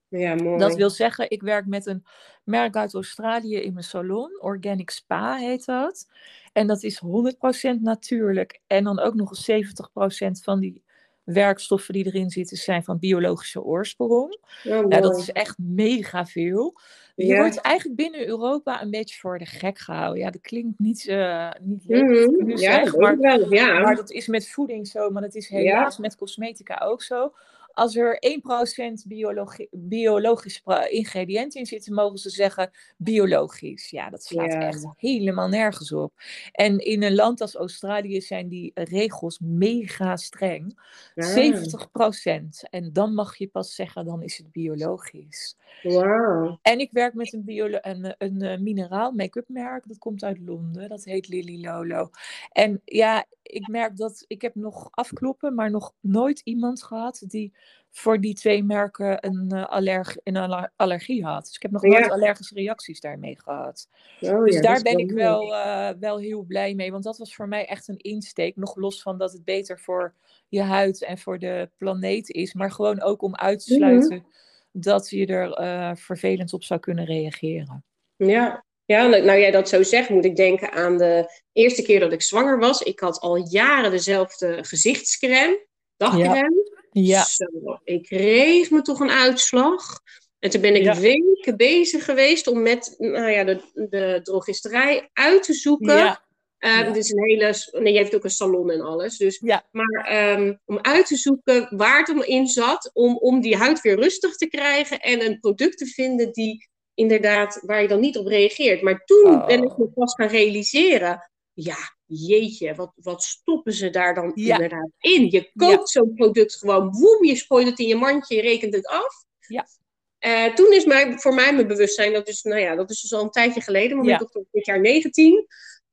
Ja, Dat mooi. wil zeggen, ik werk met een merk uit Australië in mijn salon. Organic Spa heet dat. En dat is honderd procent natuurlijk. En dan ook nog eens zeventig procent van die werkstoffen die erin zitten zijn van biologische oorsprong. Oh, Nou, dat mooi. is echt mega veel. Je wordt Ja. eigenlijk binnen Europa een beetje voor de gek gehouden. Ja, dat klinkt niet, uh, niet leuk wat ik Mhm. nu Ja, dat zeg, weet ik maar, wel. maar Ja. dat is met voeding zo. Maar dat is Ja. helaas met cosmetica ook zo. Als er één procent biologi- biologisch ingrediënt in zit, mogen ze zeggen biologisch. Ja, dat slaat Ja. echt helemaal nergens op. En in een land als Australië zijn die regels mega streng. Ah. zeventig procent. En dan mag je pas zeggen, dan is het biologisch. Wauw. En ik werk met een, biolo- een, een, een uh, mineraal make-up merk. Dat komt uit Londen. Dat heet Lily Lolo. En ja, ik merk dat ik heb nog afkloppen, maar nog nooit iemand gehad die voor die twee merken een, uh, allerg- een aller- allergie had. Dus ik heb nog nooit Ja. allergische reacties daarmee gehad. Oh Dus ja, dat daar is ben wel ik mooi. wel, uh, wel heel blij mee. Want dat was voor mij echt een insteek. Nog los van dat het beter voor je huid en voor de planeet is. Maar gewoon ook om uit te Mhm. sluiten dat je er uh, vervelend op zou kunnen reageren. Ja. Ja, nou nou jij dat zo zegt, moet ik denken aan de eerste keer dat ik zwanger was. Ik had al jaren dezelfde gezichtscrème, Ja, dagcrème. ja, Zo, ik kreeg me toch een uitslag. En toen ben ik ja, weken bezig geweest om met nou ja, de, de drogisterij uit te zoeken. ja, Uh, dit ja, is een hele. Nee, je heeft ook een salon en alles. Dus, ja. maar um, om uit te zoeken waar het om in zat, om, om die huid weer rustig te krijgen en een product te vinden die inderdaad, waar je dan niet op reageert. Maar toen ben ik me Oh, pas gaan realiseren, ja, jeetje, wat, wat stoppen ze daar dan ja, inderdaad in? Je ja, koopt zo'n product gewoon, woem, je gooit het in je mandje, je rekent het af. ja, Uh, toen is mij, voor mij mijn bewustzijn, dat is, nou ja, dat is dus al een tijdje geleden, want mijn ja. dochter is dit jaar negentien.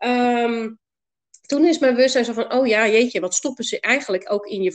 Um, toen is mijn bewustzijn zo van, oh ja, jeetje, wat stoppen ze eigenlijk ook in je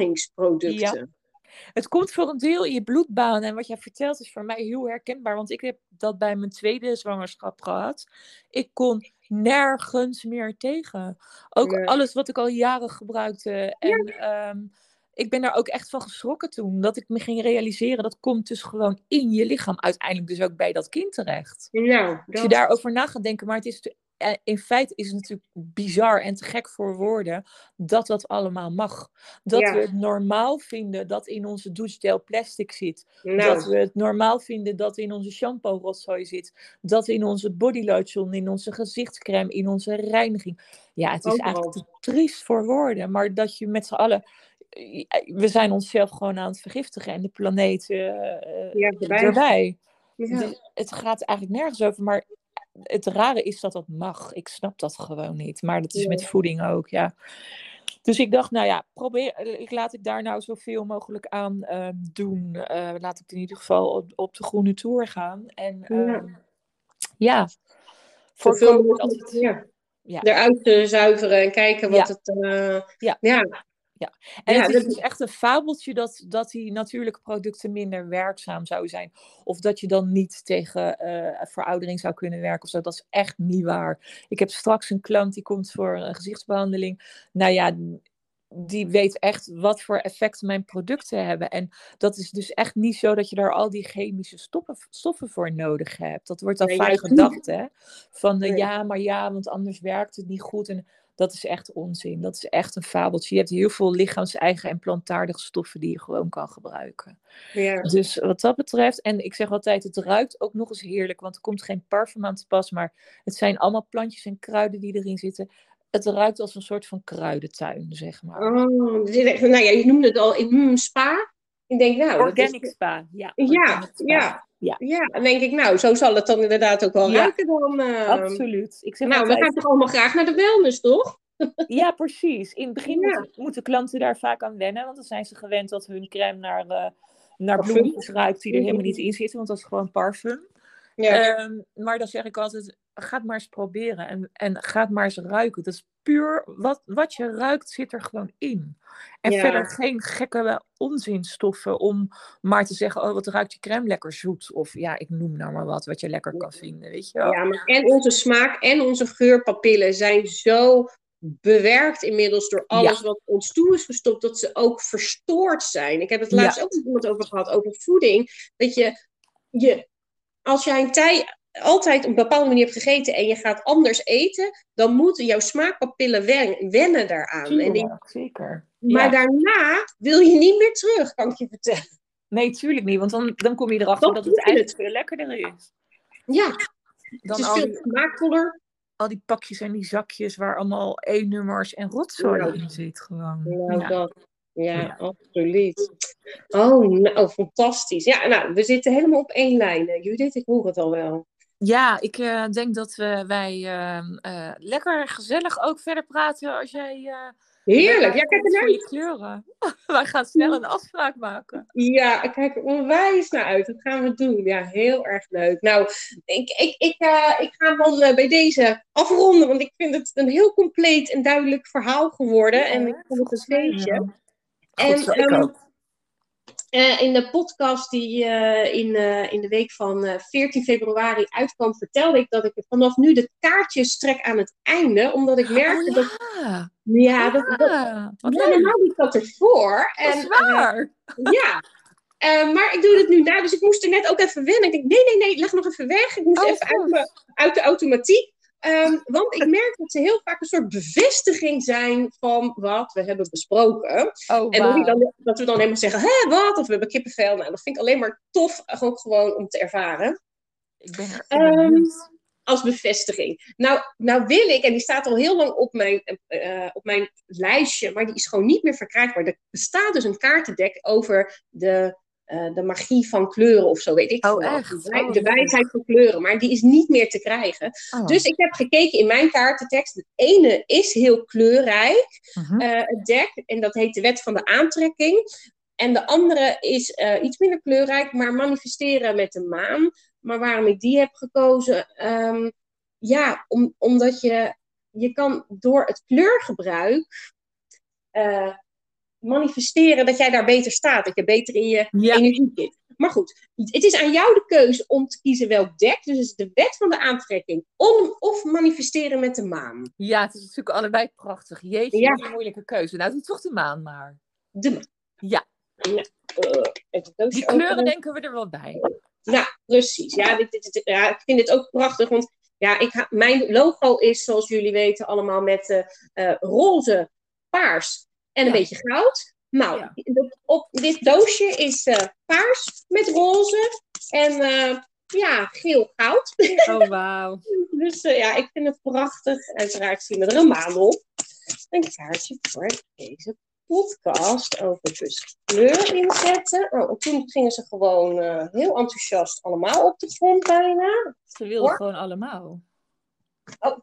Ja. verzorgingsproducten? Het komt voor een deel in je bloedbaan. En wat jij vertelt is voor mij heel herkenbaar. Want ik heb dat bij mijn tweede zwangerschap gehad. Ik kon nergens meer tegen. Ook Ja. alles wat ik al jaren gebruikte. Ja. En um, ik ben daar ook echt van geschrokken toen. Dat ik me ging realiseren. Dat komt dus gewoon in je lichaam. Uiteindelijk dus ook bij dat kind terecht. Nou, Als je dat. daarover na gaat denken. Maar het is in feite is het natuurlijk bizar en te gek voor woorden dat dat allemaal mag. Dat we Ja, het normaal vinden dat in onze douchegel plastic zit. Dat nou, we het normaal vinden dat in onze shampoo rotzooi zit. Dat in onze bodylotion, in onze gezichtscrème, in onze reiniging. Ja, het is eigenlijk overal. te triest voor woorden. Maar dat je met z'n allen... We zijn onszelf gewoon aan het vergiftigen en de planeet uh, Ja, erbij. erbij. Ja. Dus het gaat eigenlijk nergens over, maar het rare is dat dat mag. Ik snap dat gewoon niet. Maar dat is met Ja. voeding ook, ja. Dus ik dacht, nou ja, probeer, ik laat ik daar nou zoveel mogelijk aan uh, doen. Uh, laat ik in ieder geval op, op de groene tour gaan. En Ja. uh, ja, Zoveel voorkomen dat mogelijk, het... ja, Ja, eruit te zuiveren en kijken wat ja, het. Uh, ja. ja, Ja, en ja, het is dat, dus echt een fabeltje dat, dat die natuurlijke producten minder werkzaam zouden zijn. Of dat je dan niet tegen uh, veroudering zou kunnen werken of zo. Dat is echt niet waar. Ik heb straks een klant die komt voor een gezichtsbehandeling. Nou ja, die weet echt wat voor effect mijn producten hebben. En dat is dus echt niet zo dat je daar al die chemische stoffen, stoffen voor nodig hebt. Dat wordt dan nee, vaak juist niet. gedacht, hè. Van uh, Nee. ja, maar ja, want anders werkt het niet goed. En dat is echt onzin. Dat is echt een fabeltje. Je hebt heel veel lichaams-eigen en plantaardige stoffen die je gewoon kan gebruiken. Ja. Dus wat dat betreft, en ik zeg altijd, het ruikt ook nog eens heerlijk, want er komt geen parfum aan te pas, maar het zijn allemaal plantjes en kruiden die erin zitten. Het ruikt als een soort van kruidentuin, zeg maar. Oh, dit is echt, nou ja, je noemde het al in mm, spa. Ik denk, nou, dat is. Organic spa, ja. Ja, Organic spa, ja. ja. Ja, dan denk ik, nou, zo zal het dan inderdaad ook wel Ja, ruiken dan. Uh... absoluut. Ik zeg Nou, we gaan altijd, toch allemaal graag naar de wellness, toch? ja, precies. In het begin Ja, moeten, moeten klanten daar vaak aan wennen, want dan zijn ze gewend dat hun crème naar, uh, naar parfum. bloemetjes ruikt die er helemaal niet in zitten, want dat is gewoon parfum. Ja. Um, maar dan zeg ik altijd, ga het maar eens proberen en, en ga het maar eens ruiken. Dat is puur, wat, wat je ruikt zit er gewoon in. En Ja. verder geen gekke onzinstoffen om maar te zeggen, oh wat ruikt je crème lekker zoet. Of ja, ik noem nou maar wat, wat je lekker kan vinden, weet je wel. Ja, maar en onze smaak en onze geurpapillen zijn zo bewerkt inmiddels door alles Ja. wat ons toe is gestopt, dat ze ook verstoord zijn. Ik heb het Ja. laatst ook met iemand over gehad, over voeding. Dat je, je als jij een tijd altijd op een bepaalde manier hebt gegeten en je gaat anders eten, dan moeten jouw smaakpapillen wen, wennen daaraan. En die, Ja, zeker. maar Ja. daarna wil je niet meer terug, kan ik je vertellen. Nee, tuurlijk niet, want dan, dan kom je erachter Dan dat proef het je eigenlijk het. veel lekkerder is. Ja, het Dan is al veel die, smaakvoller. al die pakjes en die zakjes waar allemaal E-nummers en rotzooi Nou, in zit gewoon. nou Ja. dat. Ja, Ja. absoluut. Oh, nou, fantastisch. Ja, nou, we zitten helemaal op één lijn, hè, Judith. Ik hoor het al wel. Ja, ik uh, denk dat we, wij uh, uh, lekker gezellig ook verder praten als jij uh, Heerlijk. Ja, kijk komt voor ernaar. je kleuren. Wij gaan snel een afspraak maken. Ja, ik kijk er onwijs naar uit. Dat gaan we doen. Ja, heel erg leuk. Nou, ik, ik, ik, uh, ik ga dan uh, bij deze afronden, want ik vind het een heel compleet en duidelijk verhaal geworden. Ja, en ik vond het een feestje. Goed, zo, en ik um, ook. Uh, in de podcast die uh, in, uh, in de week van uh, veertien februari uitkwam, vertelde ik dat ik vanaf nu de kaartjes trek aan het einde. Omdat ik merkte oh, dat... ja. Ja, ah, dat, dat, wat ja, leuk. normaal liep dat ervoor. Dat en, is waar. Uh, ja, uh, maar ik doe het nu na, dus ik moest er net ook even wennen. Ik denk, nee, nee, nee, leg nog even weg. Ik moest oh, even uit, me, uit de automatiek. Um, want ik merk dat ze heel vaak een soort bevestiging zijn van wat we hebben besproken. Oh, en dat, wow. dan, dat we dan helemaal zeggen, hé, wat? Of we hebben kippenvel. Nou, dat vind ik alleen maar tof, ook gewoon om te ervaren. Ik ben er ik ben um, niet. Als bevestiging. Nou, nou wil ik, en die staat al heel lang op mijn, uh, op mijn lijstje, maar die is gewoon niet meer verkrijgbaar. Er bestaat dus een kaartendek over de... Uh, de magie van kleuren of zo, weet ik oh, veel. Echt? De, oh, de wijsheid van kleuren, maar die is niet meer te krijgen. Oh. Dus ik heb gekeken in mijn kaartentekst. De ene is heel kleurrijk, uh-huh. uh, het dek, en dat heet de wet van de aantrekking. En de andere is uh, iets minder kleurrijk, maar manifesteren met de maan. Maar waarom ik die heb gekozen? Um, ja, om, omdat je, je kan door het kleurgebruik... Uh, manifesteren dat jij daar beter staat. Dat je beter in je ja. energie zit. Maar goed, het is aan jou de keuze om te kiezen welk dek. Dus het is de wet van de aantrekking. Om, of manifesteren met de maan. Ja, het is natuurlijk allebei prachtig. Jeetje, ja. Wat een moeilijke keuze. Nou, doe toch de maan maar. De maan. Ja. ja. Uh, even Die kleuren openen. Denken we er wel bij. Nou, precies. Ja, dit, dit, dit, ja, ik vind dit ook prachtig. Want ja, ik ha- mijn logo is, zoals jullie weten, allemaal met uh, uh, roze, paars en een ja. beetje goud. Nou, ja. op dit doosje is uh, paars met roze en uh, ja, geel-goud. Oh, wauw. Dus uh, ja, ik vind het prachtig. Uiteraard zien we er een maan op. Een kaartje voor deze podcast over dus kleur inzetten. Oh, en toen gingen ze gewoon uh, heel enthousiast allemaal op de grond bijna. Ze wilden gewoon allemaal. Oh,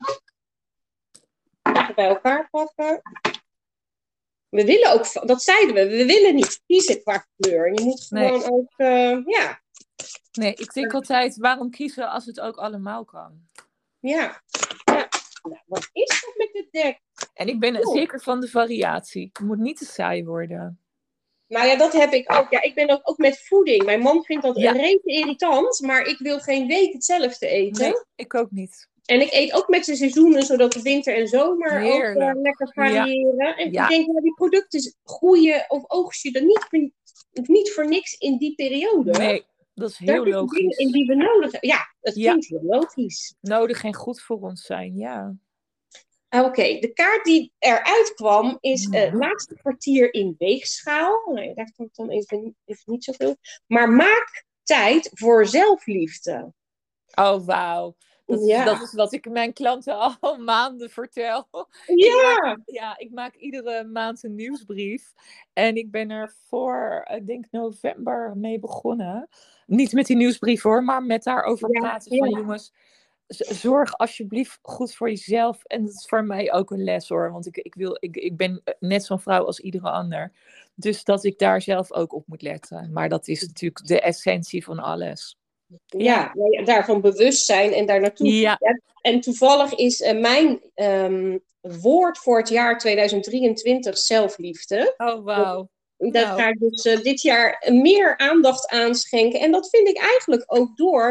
even bij elkaar pakken. We willen ook, dat zeiden we, we willen niet kiezen qua kleur. Je moet gewoon nee. ook, uh, ja. Nee, ik denk altijd, waarom kiezen als het ook allemaal kan? Ja. ja. Nou, wat is dat met dit dek? En ik ben oh. zeker van de variatie. Het moet niet te saai worden. Nou ja, dat heb ik ook. Ja, ik ben ook, ook met voeding. Mijn man vindt dat ja. rete irritant, maar ik wil geen week hetzelfde eten. Nee, ik ook niet. En ik eet ook met de seizoenen, zodat de winter en zomer Heerlijk. ook uh, lekker variëren. Ja. En ja. ik denk, nou, die producten groeien of oogst je er niet, niet voor niks in die periode. Nee, dat is heel Daar logisch. Dingen in die we nodig hebben. Ja, dat ja. klinkt heel logisch. Nodig en goed voor ons zijn, ja. Oké, okay, de kaart die eruit kwam is het uh, laatste kwartier in weegschaal. Nee, daar komt dan even, even niet zoveel. Maar maak tijd voor zelfliefde. Oh, wauw. Dat, ja. dat is wat ik mijn klanten al maanden vertel. Ja. Ik maak, ja, ik maak iedere maand een nieuwsbrief. En ik ben er voor, ik denk november mee begonnen. Niet met die nieuwsbrief hoor, maar met daarover ja, praten van ja. jongens. Zorg alsjeblieft goed voor jezelf. En dat is voor mij ook een les hoor. Want ik, ik, wil, ik, ik ben net zo'n vrouw als iedere ander. Dus dat ik daar zelf ook op moet letten. Maar dat is natuurlijk de essentie van alles. Ja, ja, daarvan bewust zijn en daar naartoe. Ja. Ja, en toevallig is uh, mijn um, woord voor het jaar tweeduizend drieëntwintig zelfliefde. Oh, wauw. Daar nou. ga ik dus uh, dit jaar meer aandacht aan schenken. En dat vind ik eigenlijk ook door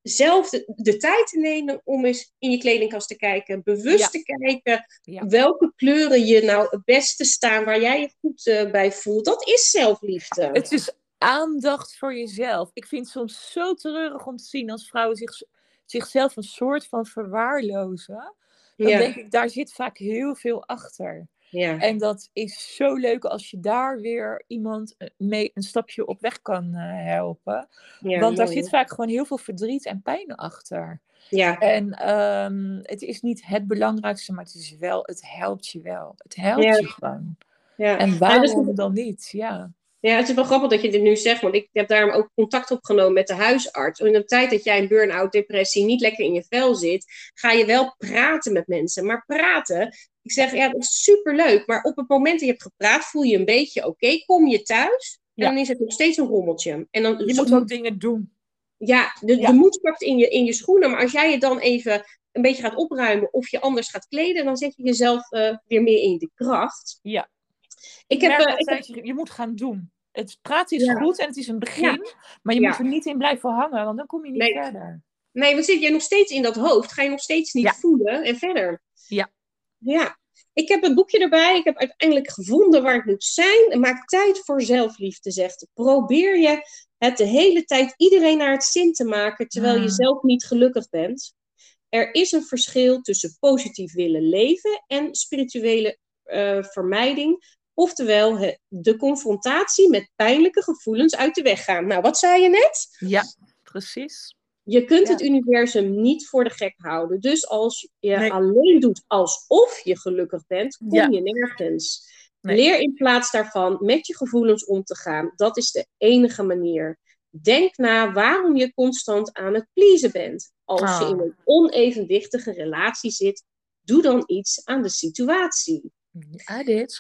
zelf de, de tijd te nemen om eens in je kledingkast te kijken. Bewust Ja. te kijken Ja. welke kleuren je nou het beste staan, waar jij je goed uh, bij voelt. Dat is zelfliefde. Het is aandacht voor jezelf. Ik vind het soms zo treurig om te zien als vrouwen zich, zichzelf een soort van verwaarlozen. Dan Ja. denk ik, daar zit vaak heel veel achter. Ja. En dat is zo leuk als je daar weer iemand mee een stapje op weg kan uh, helpen. Ja, Want daar mooi. zit vaak gewoon heel veel verdriet en pijn achter. Ja. En um, het is niet het belangrijkste, maar het is wel, het helpt je wel. Het helpt Ja. je gewoon. Ja. En waarom ja, dus... dan niet? Ja. Ja, het is wel grappig dat je dit nu zegt, want ik heb daarom ook contact opgenomen met de huisarts. In de tijd dat jij een burn-out, depressie niet lekker in je vel zit, ga je wel praten met mensen. Maar praten, ik zeg, ja, dat is superleuk. Maar op het moment dat je hebt gepraat, voel je een beetje oké, okay, kom je thuis en ja. dan is het nog steeds een rommeltje. En dan, je moet ook dingen doen. Ja, de, ja. de moed pakt in je, in je schoenen, maar als jij je dan even een beetje gaat opruimen of je anders gaat kleden, dan zet je jezelf uh, weer meer in de kracht. Ja. Ik, ik heb, merk uh, altijd, ik heb... je moet gaan doen. Het praten is ja. goed en het is een begin, ja. maar je ja. moet er niet in blijven hangen, want dan kom je niet nee. verder. Nee, want zit je nog steeds in dat hoofd, ga je nog steeds niet ja. voelen en verder. Ja. Ja. Ik heb een boekje erbij, ik heb uiteindelijk gevonden waar het moet zijn. Maak tijd voor zelfliefde, zegt. Probeer je het de hele tijd iedereen naar het zin te maken, terwijl hmm. je zelf niet gelukkig bent. Er is een verschil tussen positief willen leven en spirituele uh, vermijding. Oftewel, de confrontatie met pijnlijke gevoelens uit de weg gaan. Nou, wat zei je net? Ja, precies. Je kunt ja. het universum niet voor de gek houden. Dus als je nee. alleen doet alsof je gelukkig bent, kom ja. je nergens. Nee. Leer in plaats daarvan met je gevoelens om te gaan. Dat is de enige manier. Denk na waarom je constant aan het pleasen bent. Als oh. je in een onevenwichtige relatie zit, doe dan iets aan de situatie. I did.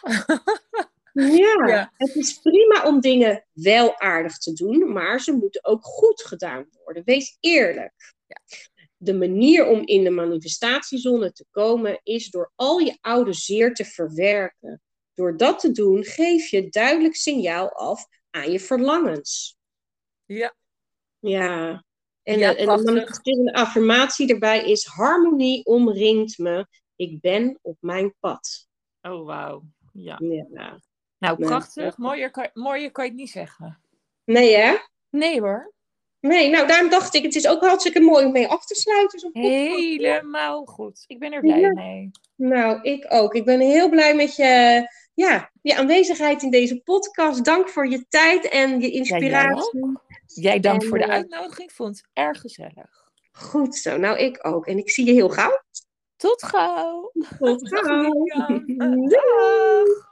Ja, ja, het is prima om dingen wel aardig te doen, maar ze moeten ook goed gedaan worden. Wees eerlijk. Ja. De manier om in de manifestatiezone te komen is door al je oude zeer te verwerken. Door dat te doen geef je duidelijk signaal af aan je verlangens. Ja. Ja. En, ja, en de manifesterende affirmatie erbij is: harmonie omringt me. Ik ben op mijn pad. Oh, wauw. Ja. ja. Nou, nee, prachtig. ja. Mooier kan, mooier kan je het niet zeggen. Nee, hè? Nee, hoor. Nee, nou, daarom dacht ik, het is ook hartstikke mooi om mee af te sluiten. Zo'n Helemaal goed. Ik ben er blij ja. mee. Nou, ik ook. Ik ben heel blij met je, ja, je aanwezigheid in deze podcast. Dank voor je tijd en je inspiratie. Ja, jij, jij dank en, voor de uh, uitnodiging. Ik vond het erg gezellig. Goed zo. Nou, ik ook. En ik zie je heel gauw. Tot gauw. Tot gauw. Dag. Dag.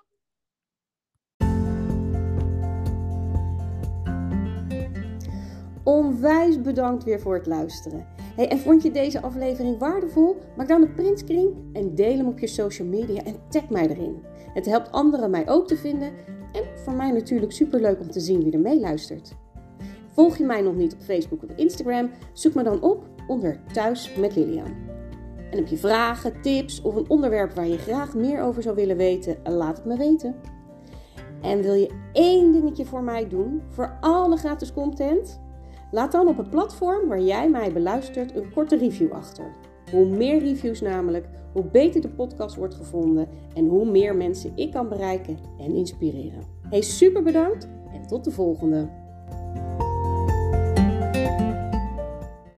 Onwijs bedankt weer voor het luisteren. Hey, en vond je deze aflevering waardevol? Maak dan een printscreen en deel hem op je social media en tag mij erin. Het helpt anderen mij ook te vinden en voor mij natuurlijk superleuk om te zien wie er meeluistert. Volg je mij nog niet op Facebook of Instagram? Zoek me dan op onder Thuis met Lilian. En heb je vragen, tips of een onderwerp waar je graag meer over zou willen weten? Laat het me weten. En wil je één dingetje voor mij doen, voor alle gratis content? Laat dan op het platform waar jij mij beluistert een korte review achter. Hoe meer reviews namelijk, hoe beter de podcast wordt gevonden en hoe meer mensen ik kan bereiken en inspireren. Hey, super bedankt en tot de volgende!